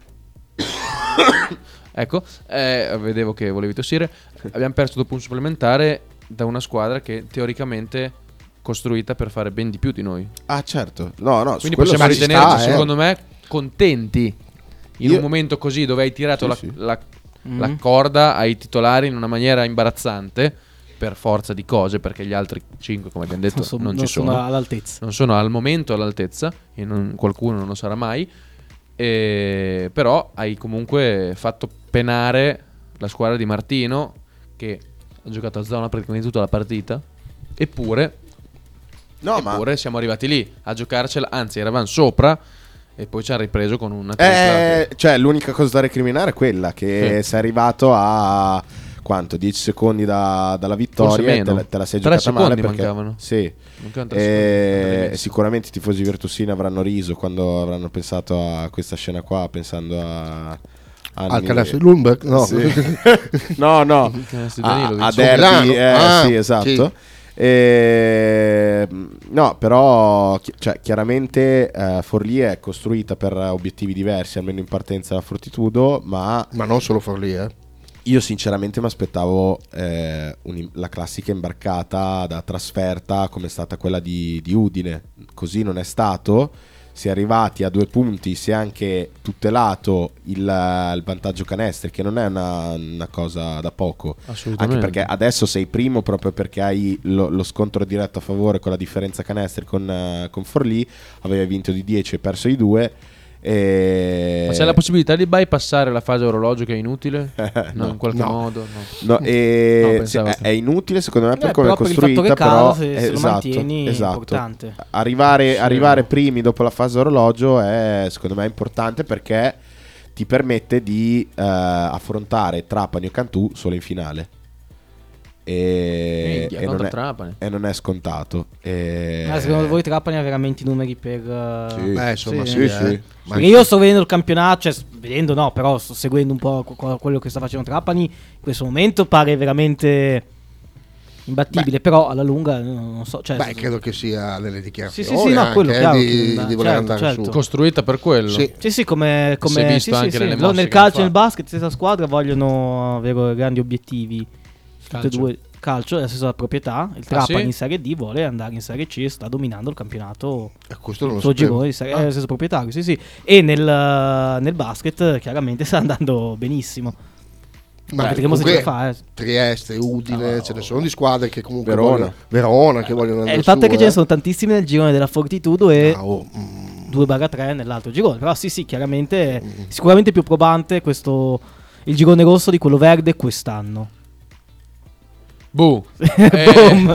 Ecco, eh, vedevo che volevi tossire. Abbiamo perso dopo un supplementare da una squadra che teoricamente costruita per fare ben di più di noi. Ah, certo. No, no, su Quindi quello possiamo sì, ritenerci, sta, eh. secondo me, contenti in Io- un momento così dove hai tirato Sì, la, sì. la- Mm. la corda ai titolari in una maniera imbarazzante per forza di cose, perché gli altri cinque, come abbiamo detto, Non, so- non, non ci sono. sono all'altezza. Non sono al momento all'altezza e non- qualcuno non lo sarà mai. E, però hai comunque fatto penare la squadra di Martino, che ha giocato a zona praticamente tutta la partita. Eppure, No, ma eppure siamo arrivati lì a giocarcela. Anzi, eravamo sopra e poi ci ha ripreso con una tripla Eh, cioè, l'unica cosa da recriminare è quella che Sì. sei arrivato a quanto? dieci secondi da- dalla vittoria Forse e meno. te, la- te la sei Tre giocata male secondi perché mancavano. sì. Mancavano tre E secondi, andrebbe sicuramente i tifosi virtusini avranno riso quando avranno pensato a questa scena qua, pensando a Al canestro di Lundberg? No. Sì. no, no, Il canestro a, di Danilo, a dici. derby, Milano. eh, Ah, sì, esatto. sì. E, no, però chi- cioè, chiaramente eh, Forlì è costruita per obiettivi diversi, almeno in partenza da Fortitudo, ma Ma non solo Forlì, eh. io sinceramente mi aspettavo eh, un- la classica imbarcata da trasferta come è stata quella di, di Udine. Così non è stato. Si è arrivati a due punti, si è anche tutelato il, il vantaggio canestri, che non è una, una cosa da poco. Assolutamente. Anche perché adesso sei primo proprio perché hai lo, lo scontro diretto a favore con la differenza canestri con, eh, con Forlì. Avevi vinto di dieci e perso di due. E... Ma c'è la possibilità di bypassare la fase orologio, che è inutile? No, No. in qualche No. modo? No. No, e No, sì, pensavo è, che- è inutile secondo me per Eh, come è però per il costruita, fattore però caldo, se- eh, se lo esatto, mantieni, è esatto. importante. Arrivare, Sì. arrivare primi dopo la fase orologio è secondo me importante perché ti permette di eh, affrontare Trapani o Cantù solo in finale. E, Minchia, e, non contro è, Trapani. e non è scontato. E... Ma secondo voi Trapani ha veramente i numeri per... eh, Sì. Beh, insomma, Sì. sì, Sì, eh. sì. Ma Perché io sto vedendo il campionato, cioè s- vedendo no, però sto seguendo un po' qu- quello che sta facendo Trapani. In questo momento pare veramente imbattibile, però alla lunga non non so. Cioè, Beh, credo che sia nelle dichiarazioni. Sì, sì, sì, no, anche, quello, eh, chiaro, di, che- di voler certo, andare certo. su. Costruita per quello. Sì. Sì, sì, come, come Si è visto sì, sì, anche sì. nelle Loro mosse nel che calcio e hanno nel basket, stessa squadra, vogliono avere grandi obiettivi. Tutte e Calcio. due calcio è la stessa proprietà. Il Ah, Trapani sì? in Serie D vuole andare in Serie C e sta dominando il campionato. E questo non lo Il suo sapevo. girone di Serie- Ah. è lo stesso proprietario, sì, sì. E nel, nel basket chiaramente sta andando benissimo. Ma vedremo se ce la comunque fa. eh. Trieste, Udine, ce ne sono di squadre che comunque Verona. vogliono, Verona che vogliono Eh, andare il fatto su, è che ce eh. ne sono tantissimi nel girone della Fortitudo e Ah, oh, mm. due barra tre nell'altro girone. Però sì, sì, chiaramente è sicuramente più probante questo il girone rosso di quello verde quest'anno. Buh. Boom.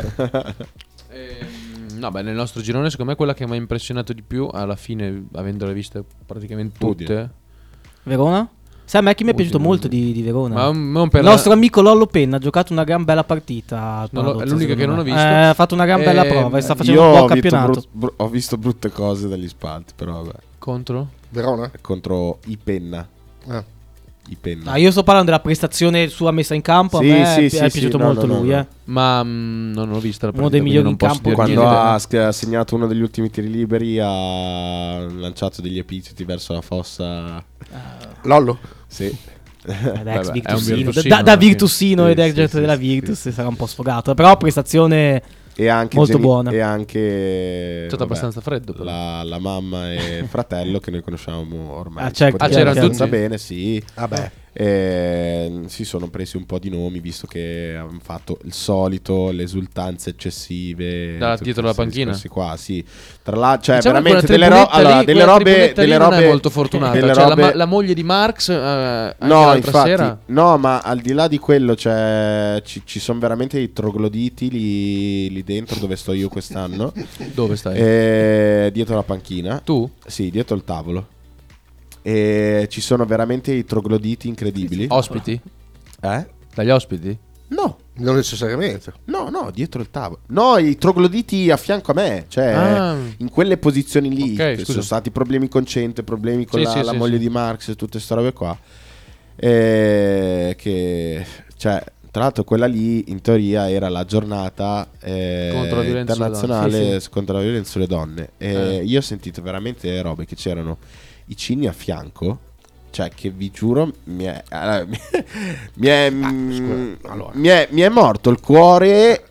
Ehm, no, beh, nel nostro girone, secondo me, quella che mi ha impressionato di più, alla fine, avendole viste praticamente tutte. Udine. Verona? Sai, a me chi mi è Udine, piaciuto molto Udine. di, di Verona? Ma un- non per il la- nostro amico Lollo Penna ha giocato una gran bella partita. al Non l'ho- è Paladozzo, l'unica che secondo non me. ho visto. Eh, ha fatto una gran bella Eh, prova e sta facendo Io un buon ho visto, campionato. brut- bru- ho visto brutte cose dagli spalti, però vabbè. Contro? Verona? Contro i Penna. Ah. I Penna. Ah, io sto parlando della prestazione sua messa in campo. Sì, a me sì, è, sì, è sì, piaciuto no, molto no, no, lui. no. Eh. Ma mm, non ho visto la Uno partita, dei quindi migliori non in posso campo dire Quando niente. ha, sch- ha segnato uno degli ultimi tiri liberi, ha lanciato degli epiteti verso la fossa. Lollo? Sì. Ed Vabbè, ex è un Virtusino. Virtusino, Da, da alla fine. Virtusino Sì, ed ex sì, giocatore sì, della sì, Virtus sì. sarà un po' sfogato. Però prestazione E anche molto geni- buona. E anche È stato abbastanza freddo, però. La, la mamma e il fratello che noi conosciamo ormai. Ah, si certo, può dire c'erano abbastanza tutti? bene, sì. Vabbè. E si sono presi un po' di nomi visto che hanno fatto il solito, le esultanze eccessive Da- tutti dietro la questi panchina? discorsi qua, sì. Tra l'altro, cioè Diciamo che veramente quella delle, ro- tribunetta allora, lì- delle quella robe, tribunetta lì delle non robe è molto fortunata. delle Cioè, la, robe- ma- la moglie di Marx, eh, anche No, l'altra infatti, sera. no, ma al di là di quello, cioè, ci, ci sono veramente i trogloditi lì, lì dentro dove sto io quest'anno. Dove stai? E dietro la panchina. Tu? Sì, dietro il tavolo. E ci sono veramente i trogloditi incredibili. Ospiti? Eh? Dagli ospiti? No, Non necessariamente. no, no, dietro il tavolo. No, i trogloditi a fianco a me. Cioè, Ah. in quelle posizioni lì. Ok, che scusa. sono stati problemi con Cente, problemi con Sì, la, sì, la sì, moglie sì. di Marx e tutte queste robe qua. E che, cioè, tra l'altro quella lì in teoria era la giornata eh, Contro la violenza sulle internazionale donne. Sì, contro la violenza sulle donne. E Eh. io ho sentito veramente robe che c'erano i cigni a fianco cioè che vi giuro mi è, allora, mi, mi, è, Ah, mm, scusa, allora. mi, è, mi è morto il cuore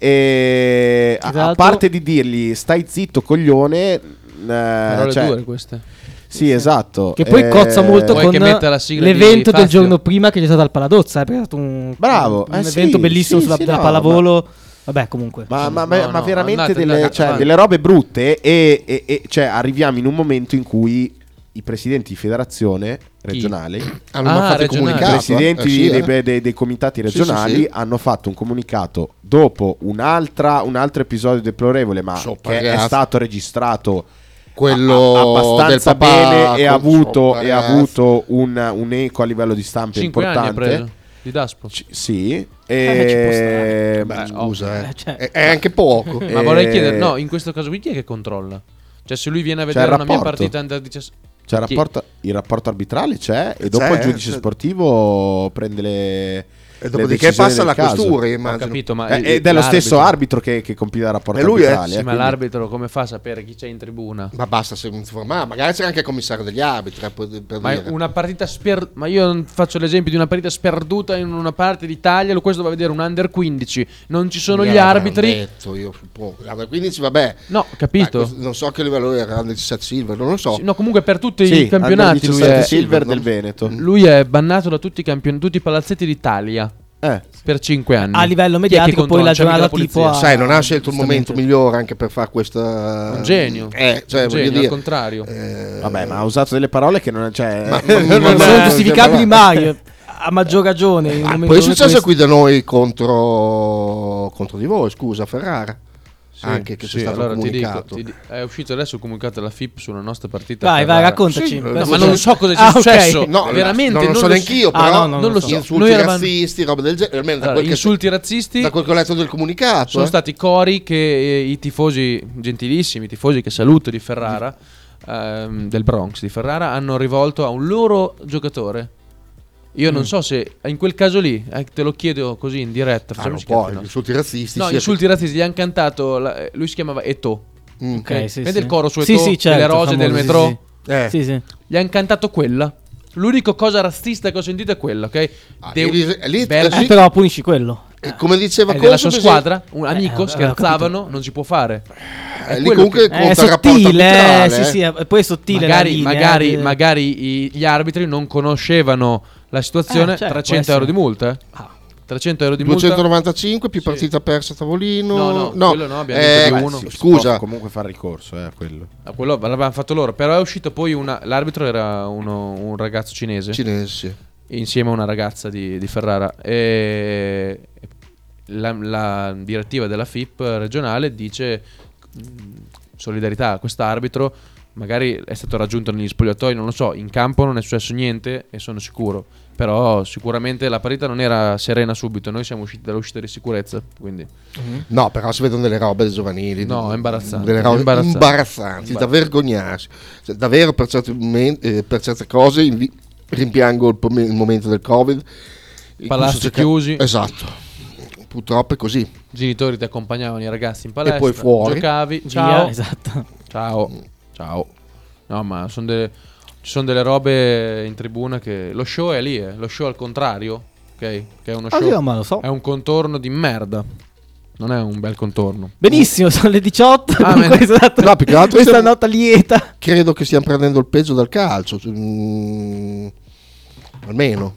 e a, a Esatto. parte di dirgli stai zitto coglione, eh, Parole cioè, dure queste. sì, esatto. Che poi Eh, cozza molto Vuoi con che metta la sigla l'evento di del Fazio? giorno prima che c'è stato al Paladozza. Eh, perché è stato un, Bravo, un eh, evento sì, bellissimo sì, sulla sì, della no, pallavolo. Vabbè, comunque. Ma, ma, No, ma- no, ma veramente andate, delle, andate, cioè, avanti. delle robe brutte e, e- e, cioè, arriviamo in un momento in cui i presidenti di federazione regionali, Hanno Ah, fatto il regionale. i comunicato. presidenti eh, sì, dei, eh. dei- dei comitati Sì, sì, regionali sì. hanno fatto un comunicato dopo un'altra, un altro episodio deplorevole, ma Sopra, che è ragazzi. stato registrato Quello a- a- abbastanza del papà bene e ha con- avuto, sopra, e ha ragazzi. avuto un, un eco a livello di stampa cinque anni ha importante. preso di Daspo. C- sì, Eh, ci può e, Beh, Beh, scusa, eh. eh, cioè- è, è anche poco. Ma Eh, vorrei chiedere, no, in questo caso qui chi è che controlla? Cioè se lui viene a C'è vedere il una mia rapporto. partita under diciassette. C'è il Chi- rapporto, il rapporto arbitrale c'è e dopo C'è, il giudice c'è. sportivo prende le, E le dopodiché decisioni passa alla del caso. questura, Ho immagino. capito, ma Eh, il- ed è lo l'arbitro- stesso arbitro che, che compila il rapporto E lui è? arbitrale. Sì, eh, ma quindi- l'arbitro come fa a sapere chi c'è in tribuna? Ma basta se informare, magari c'è anche il commissario degli arbitri. eh, Per, per Ma è dire. una partita sper... Ma io non faccio l'esempio di una partita sperduta in una parte d'Italia. Questo va a vedere un under quindici. Non ci sono Mi gli avevano arbitri. detto, io suppongo. Under quindici, vabbè. No, Ma capito? cos- non so che livello era, under diciassette silver, non lo so. Sì, no, comunque per tutti Sì, i campionati under lui diciassette è, Silver no? del Veneto. lui è bannato da tutti i campioni, tutti i palazzetti d'Italia Eh, per cinque anni. A livello Chi è che mediatico, poi controlla? la C'è mica giornata polizia. tipo a- Sai, non ha scelto il giustamente. momento migliore anche per fare questa. Un genio. Eh, cioè, Un voglio genio, dire. al contrario. eh, vabbè, ma ha usato delle parole che non cioè, Ma- Non ma- sono ma- giustificabili ma- mai. A maggior ragione. in un Ah, momento poi è come successo questo. qui da noi contro, contro di voi, scusa, Ferrara. Sì, anche che c'è sì, stato allora ti dico, comunicato. ti di- è uscito adesso il comunicato della F I P sulla nostra partita. Vai, vai, Ferrara. raccontaci. Sì, Cosa No, è ma non successo? so cosa sia Ah, ok. successo. No, veramente non, lo so lo neanch'io, Ah, però no, non non lo so. so. insulti Noi eravamo- razzisti, roba del genere. Almeno da Allora, quel che- insulti razzisti. da quel che ho letto del comunicato. Sono eh. stati cori che eh, i tifosi gentilissimi, i tifosi che saluto di Ferrara, ehm, del Bronx di Ferrara, hanno rivolto a un loro giocatore. Io Mm. non so se in quel caso lì, eh, te lo chiedo così in diretta. Ah, facciamo non si puoi, chiama, no? insulti razzisti. No, sì, insulti razzisti, gli hanno cantato, la- eh, lui si chiamava Eto. Mm. Ok, sì, Vede sì. il coro su Sì, Eto, sì, certo, delle rose del famoso, sì, metro? Eh. Sì, sì. Gli hanno cantato quella. L'unica cosa razzista che ho sentito è quella, ok? Ah, Deu- lì- lì- Belgi- lì- Eh, però punisci quello. Eh, come diceva è della Corso, sua per squadra, un amico, eh, scherzavano, non si può fare. esempio, È eh, lì quello comunque che- È conta il rapporto sottile, eh, arbitrale, sì, sì, e poi è sottile la magari, linea, magari, eh. magari i- gli arbitri non conoscevano la situazione. Eh, certo, trecento può euro essere. di multa, eh? Ah. trecento euro di multa. duecentonovantacinque più Sì. partita persa a tavolino. No, no, quello no, abbiamo eh, detto di beh, uno. sì, si può scusa, comunque fare ricorso, eh, a quello. Ah, quello l'avevano fatto loro, però è uscito poi una. L'arbitro era uno- un ragazzo cinese. cinese, sì. Insieme a una ragazza di, di Ferrara e la, la direttiva della F I P regionale dice mh, solidarietà a quest'arbitro, magari è stato raggiunto negli spogliatoi, non lo so, in campo non è successo niente e sono sicuro, però sicuramente la partita non era serena subito, noi siamo usciti dall'uscita di sicurezza, quindi No, però si vedono delle robe giovanili. No, è imbarazzante, Delle robe imbarazzante. imbarazzanti, da vergognarsi. Cioè, davvero per, certi momen- eh, per certe cose invi- rimpiango il, pom- il momento del Covid. in cui Palazzi si cerca- chiusi. Esatto. Purtroppo è così. i genitori ti accompagnavano i ragazzi in palestra, poi fuori. giocavi, Via, ciao, esatto. ciao, ciao. No, ma sono delle, ci sono delle robe in tribuna che lo show è lì, eh. Lo show al contrario, ok? Che è uno Ah, show, sì, ma lo so. è un contorno di merda. Non è un bel contorno. Benissimo, sono le diciotto. Ah, comunque bene. è stata No, più che altro questa stiamo- nota lieta. Credo che stiamo prendendo il peggio dal calcio. Mm, almeno.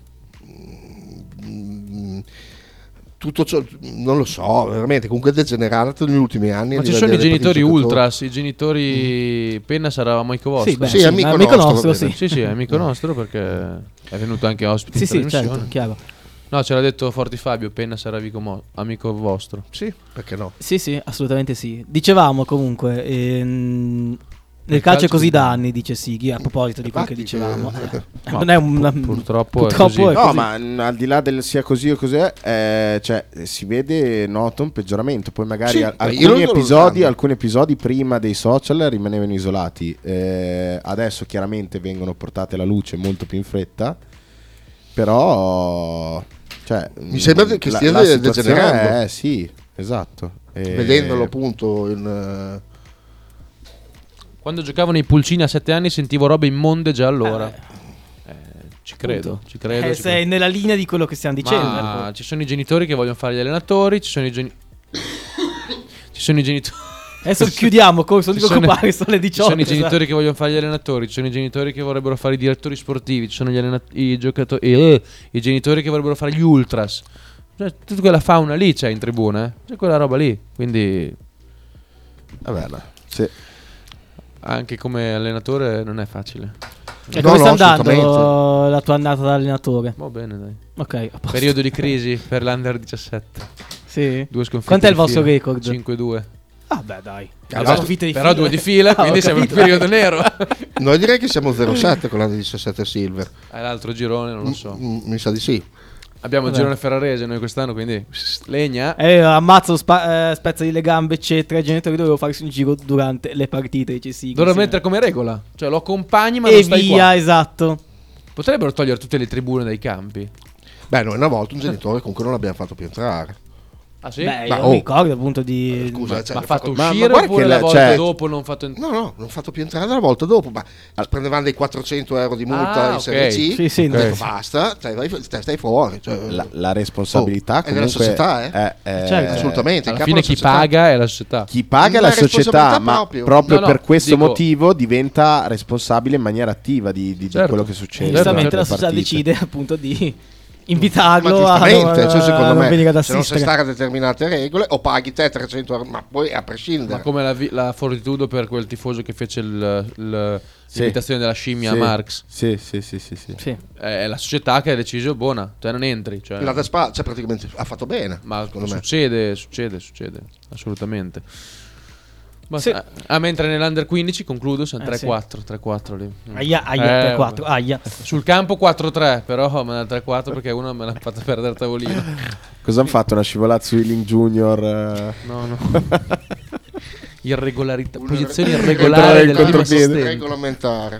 Mm, tutto ciò, non lo so, veramente. Comunque è degenerato negli ultimi anni. Ma a ci livello sono i dei genitori giocatori. ultras, i genitori Penna sarà amico vostro. Sì, beh, Sì, sì, amico amico nostro, nostro, bene. sì. Sì, sì, è amico nostro perché è venuto anche ospite Sì, in sì, trasmissione. certo, chiaro. No, ce l'ha detto Forti Fabio, Penna sarà amico, mo- amico vostro. Sì, perché no? Sì, sì, assolutamente sì. Dicevamo comunque, ehm, nel Nel calcio calcio è così si da dà. anni, dice Sighi, a proposito di quel che Infatti, dicevamo. eh, Eh, Ma non è un, pu- purtroppo è purtroppo così. è No, così. ma n- al di là del sia così o cos'è, eh, cioè, si vede, nota un peggioramento. Poi magari Sì, al- ma io alcuni, non lo episodi, sanno. alcuni episodi prima dei social rimanevano isolati. Eh, adesso chiaramente vengono portate alla luce molto più in fretta. Però, cioè, Mi sembra che la- stia la de- situazione degenerando. è- sì, esatto. Eh, Vedendolo appunto in, eh, Quando giocavano i pulcini a sette anni sentivo robe immonde già allora. Eh, Eh, Ci credo, Appunto. ci credo. Eh, ci sei credo. nella linea di quello che stiamo dicendo. Ma ecco. ci sono i genitori che vogliono fare gli allenatori, ci sono i genitori. Ci sono i genitori. Adesso chiudiamo, corso, non ti Ci sono- preoccupare, sono le Ci diciotto. sono i esatto. genitori che vogliono fare gli allenatori, ci sono i genitori che vorrebbero fare i direttori sportivi, ci sono gli allena- i giocatori, eh, i genitori che vorrebbero fare gli ultras. Cioè, tutta quella fauna lì c'è in tribuna, eh. C'è quella roba lì. Quindi Vabbè, no. Sì. anche come allenatore non è facile. E No, come no, sta andando assolutamente. la tua annata da allenatore? Va bene, dai. Ok, a posto. Periodo di crisi per l'Under diciassette. Sì. Due sconfitte. Quant'è il di vostro fila. record? cinque due. Ah, beh, dai. Vabbè, Allora, sconfitte di però fila. due di fila, Ah, quindi ho siamo in capito. periodo nero. Noi direi che siamo zero sette con l'Under diciassette Silver. È l'altro girone, non lo so. Mm, Mi sa di sì. Abbiamo il Vabbè. girone ferrarese noi quest'anno, quindi legna. Eh, ammazzo, spa- eh, spezzagli le gambe, eccetera. I genitori dovevano farsi un giro durante le partite. Dice sì. Dovremmo sì. mettere come regola. Cioè lo accompagni ma E non stai via, qua. esatto. Potrebbero togliere tutte le tribune dai campi. Beh, noi una volta un genitore comunque non l'abbiamo fatto più entrare. Ah sì? Beh, Ma io oh. mi ricordo appunto di... Scusa, Ma, cioè, ma ha l'ha fatto ma- uscire ma guarda oppure che la la- volta cioè- dopo non fatto entrare? No, no, non fatto più entrare la volta dopo. Ma prendevamo dei quattrocento euro di multa Ah, in Serie ok. C. Sì, sì, Ho detto, ok. basta, te, vai- te stai fuori. Cioè, La, la responsabilità Oh, è della comunque società, eh? è- è- Certo. assolutamente. il Alla capo fine della chi società. paga è la società. Chi paga è La la società, responsabilità ma proprio. proprio, No, no, per questo dico- motivo diventa responsabile in maniera attiva di, di- di Certo. quello che E succede. giustamente durante la le società partite. decide appunto di Ma invitarlo a, giustamente, non- cioè, secondo a non me, venire ad se non sai assistere. stare a determinate regole, o paghi te trecento euro, ma poi a prescindere. Ma come la, vi- la fortitudo per quel tifoso che fece il- il- Sì. l'imitazione della scimmia Sì. a Marx. Sì, sì, sì, sì, sì. Sì. È la società che ha deciso buona, cioè non entri. Cioè, La Despa, cioè, praticamente ha fatto bene. ma secondo me. succede, succede, succede, assolutamente. Ma Sì. ah, ah, mentre nell'Under quindici concludo, sono Eh, tre sì. quattro, tre quattro lì. Aia, aia, Eh, tre quattro, aia. Sul campo quattro tre, però me ne tre quattro perché uno me l'ha fatto perdere il tavolino. Cosa hanno fatto? Una scivolata su Ealing Junior? eh? No, no. Irregolarità, posizioni Entrare irregolari in del primo contropiede. assistente. Regolamentare.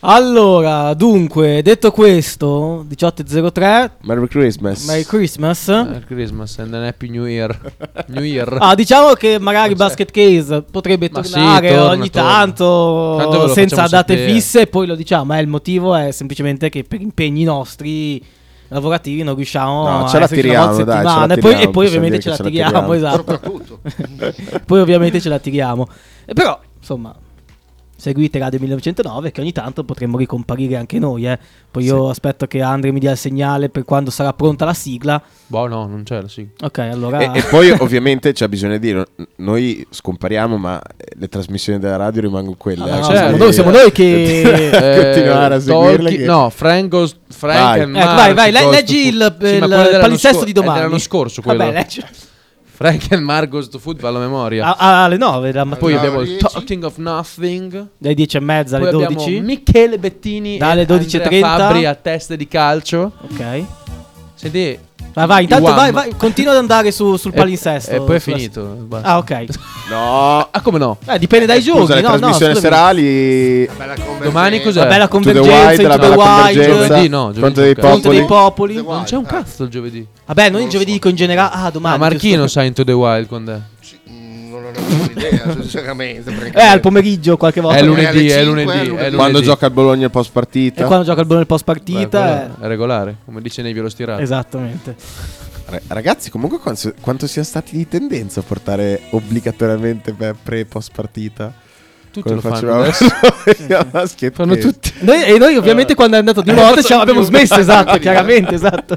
Allora, dunque, detto questo, diciotto e zero tre, Merry Christmas. Merry Christmas. Merry Christmas and an Happy New Year. New Year. Ah, diciamo che magari Non c'è. Basket Case potrebbe Ma sì, tornare torna, ogni torna. tanto, Tanto ve lo senza facciamo date sapere. fisse, poi lo diciamo, ma il motivo è semplicemente che per impegni nostri lavorativi non riusciamo No, a ce la esserci una volta tiriamo, a dai, ce la settimana. E poi, tiriamo, e poi possiamo ovviamente dire ce la che ce la tiriamo, tiriamo. esatto. Soprattutto. Poi ovviamente ce la tiriamo. E però, insomma, seguite Radio millenovecentonove che ogni tanto potremmo ricomparire anche noi, eh. Poi io aspetto che Andre mi dia il segnale per quando sarà pronta la sigla. Boh, no, non c'è la sigla. Ok, allora... E, e poi ovviamente c'è bisogno di dire, noi scompariamo ma le trasmissioni della radio rimangono quelle. Ah, eh, no, certo. siamo noi, siamo noi che... continuare a seguirle Tolkien- che- No, Frank goes Frank Vai. and Ecco, Mark vai, vai, le- goes leggi to il, foot. Sì, ma il quello dell'anno palinsesto scor- di è domani. dell'anno scorso quello. Vabbè, leggi. Frank and Mark goes to football alla memoria. A- a- alle nove la mattina. Poi Alle abbiamo il dieci. Talking of Nothing. Dalle dieci e mezza Poi alle abbiamo dodici. Michele Bettini Dalle e dodici e Andrea trenta. Fabbri a teste di calcio. Ok. Senti, Vai, vai, intanto Iwan. vai, vai, continua ad andare su, sul E- palinsesto. E, poi è sulla- finito. basta. Ah, ok. No. Ah, come no? Eh, dipende dai Scusa, giorni. le no, no, trasmissioni scusami. serali. Domani cos'è? La bella To the convergenza, Wild, la Into the bella Wild, convergenza. Giovedì no, giovedì Fronte dei no, cazzo. Fronte dei popoli. Popoli. Non c'è un cazzo il giovedì. Vabbè, non il giovedì, dico in generale. Ah, domani. Ah, Marchino giusto. sa Into the Wild quando è. Non ho idea, sinceramente. perché- Eh, al pomeriggio qualche volta. È lunedì, lunedì, alle è cinque, lunedì, è lunedì. lunedì. Quando gioca il Bologna il post E partita. quando gioca il buon nel post partita. Beh, è regolare, come dice Nevio lo stirato. Esattamente. Ra- Ragazzi, comunque quanto, quanto siamo stati di tendenza a portare obbligatoriamente per pre post partita. Tutti Come lo fanno facevamo adesso. noi a Basket Fanno Case. tutti. Noi, e noi ovviamente quando è andato di volta ci abbiamo smesso, esatto, chiaramente, esatto.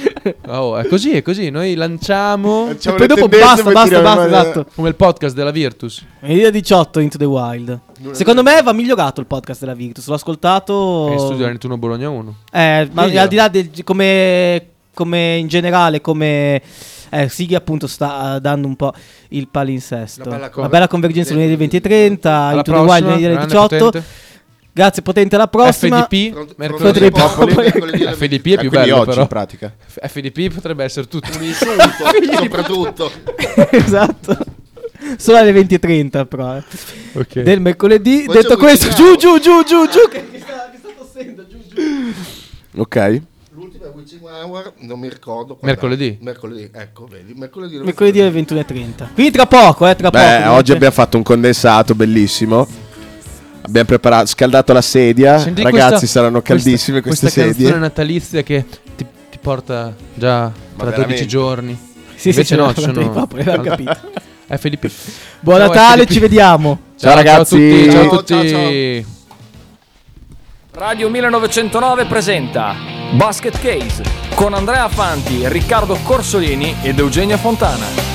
Oh, è così, è così. Noi lanciamo Facciamo E poi le dopo tendenze, basta, poi basta, tiriamo basta, in mano- esatto. come il podcast della Virtus. Venerdì diciotto Into the Wild. Secondo me va migliorato il podcast della Virtus. L'ho ascoltato. Che studio la Nettuno Bologna uno. Eh, ma Meglio. al di là del come, come in generale, come eh, Sighi appunto sta eh, dando un po' il palinsesto. Una bella La conver- bella convergenza lunedì venti e trenta, Alla Into the Wild prossima, venerdì alle grande, diciotto. potente. Grazie potente, alla prossima. F D P, Fronte- mercoledì. Fronte dei Popoli, Popoli. mercoledì alle F D P è Eh, più quindi bello oggi però. in pratica. F D P potrebbe essere tutto. un insulto, soprattutto. Esatto. Solo alle venti e trenta però eh. Ok. del mercoledì. Poi Detto c'è questo, Witching giù Hour. giù giù giù giù che mi sta, mi sta tossendo, giù giù. Ok. L'ultima Witching Hour, non mi ricordo. quando- Mercoledì. Mercoledì, ecco, vedi. Mercoledì, Mercoledì alle ventuno e trenta. Quindi tra poco, eh, tra Beh, poco. oggi niente. abbiamo fatto un condensato bellissimo. Abbiamo preparato, scaldato la sedia. Senti Ragazzi, questa- saranno caldissime queste, questa sedie. canzone natalizia che ti, ti porta già tra veramente? dodici giorni. Sì, Invece sì, no, no, ci sono... abbiamo capito. È Felipe. Buon Ciao, Natale, Felipe. ci vediamo. Ciao, ragazzi. Ciao a Ciao, tutti. ciao, Ciao a ciao. tutti. Radio millenovecentonove presenta Basket Case con Andrea Fanti, Riccardo Corsolini ed Eugenia Fontana.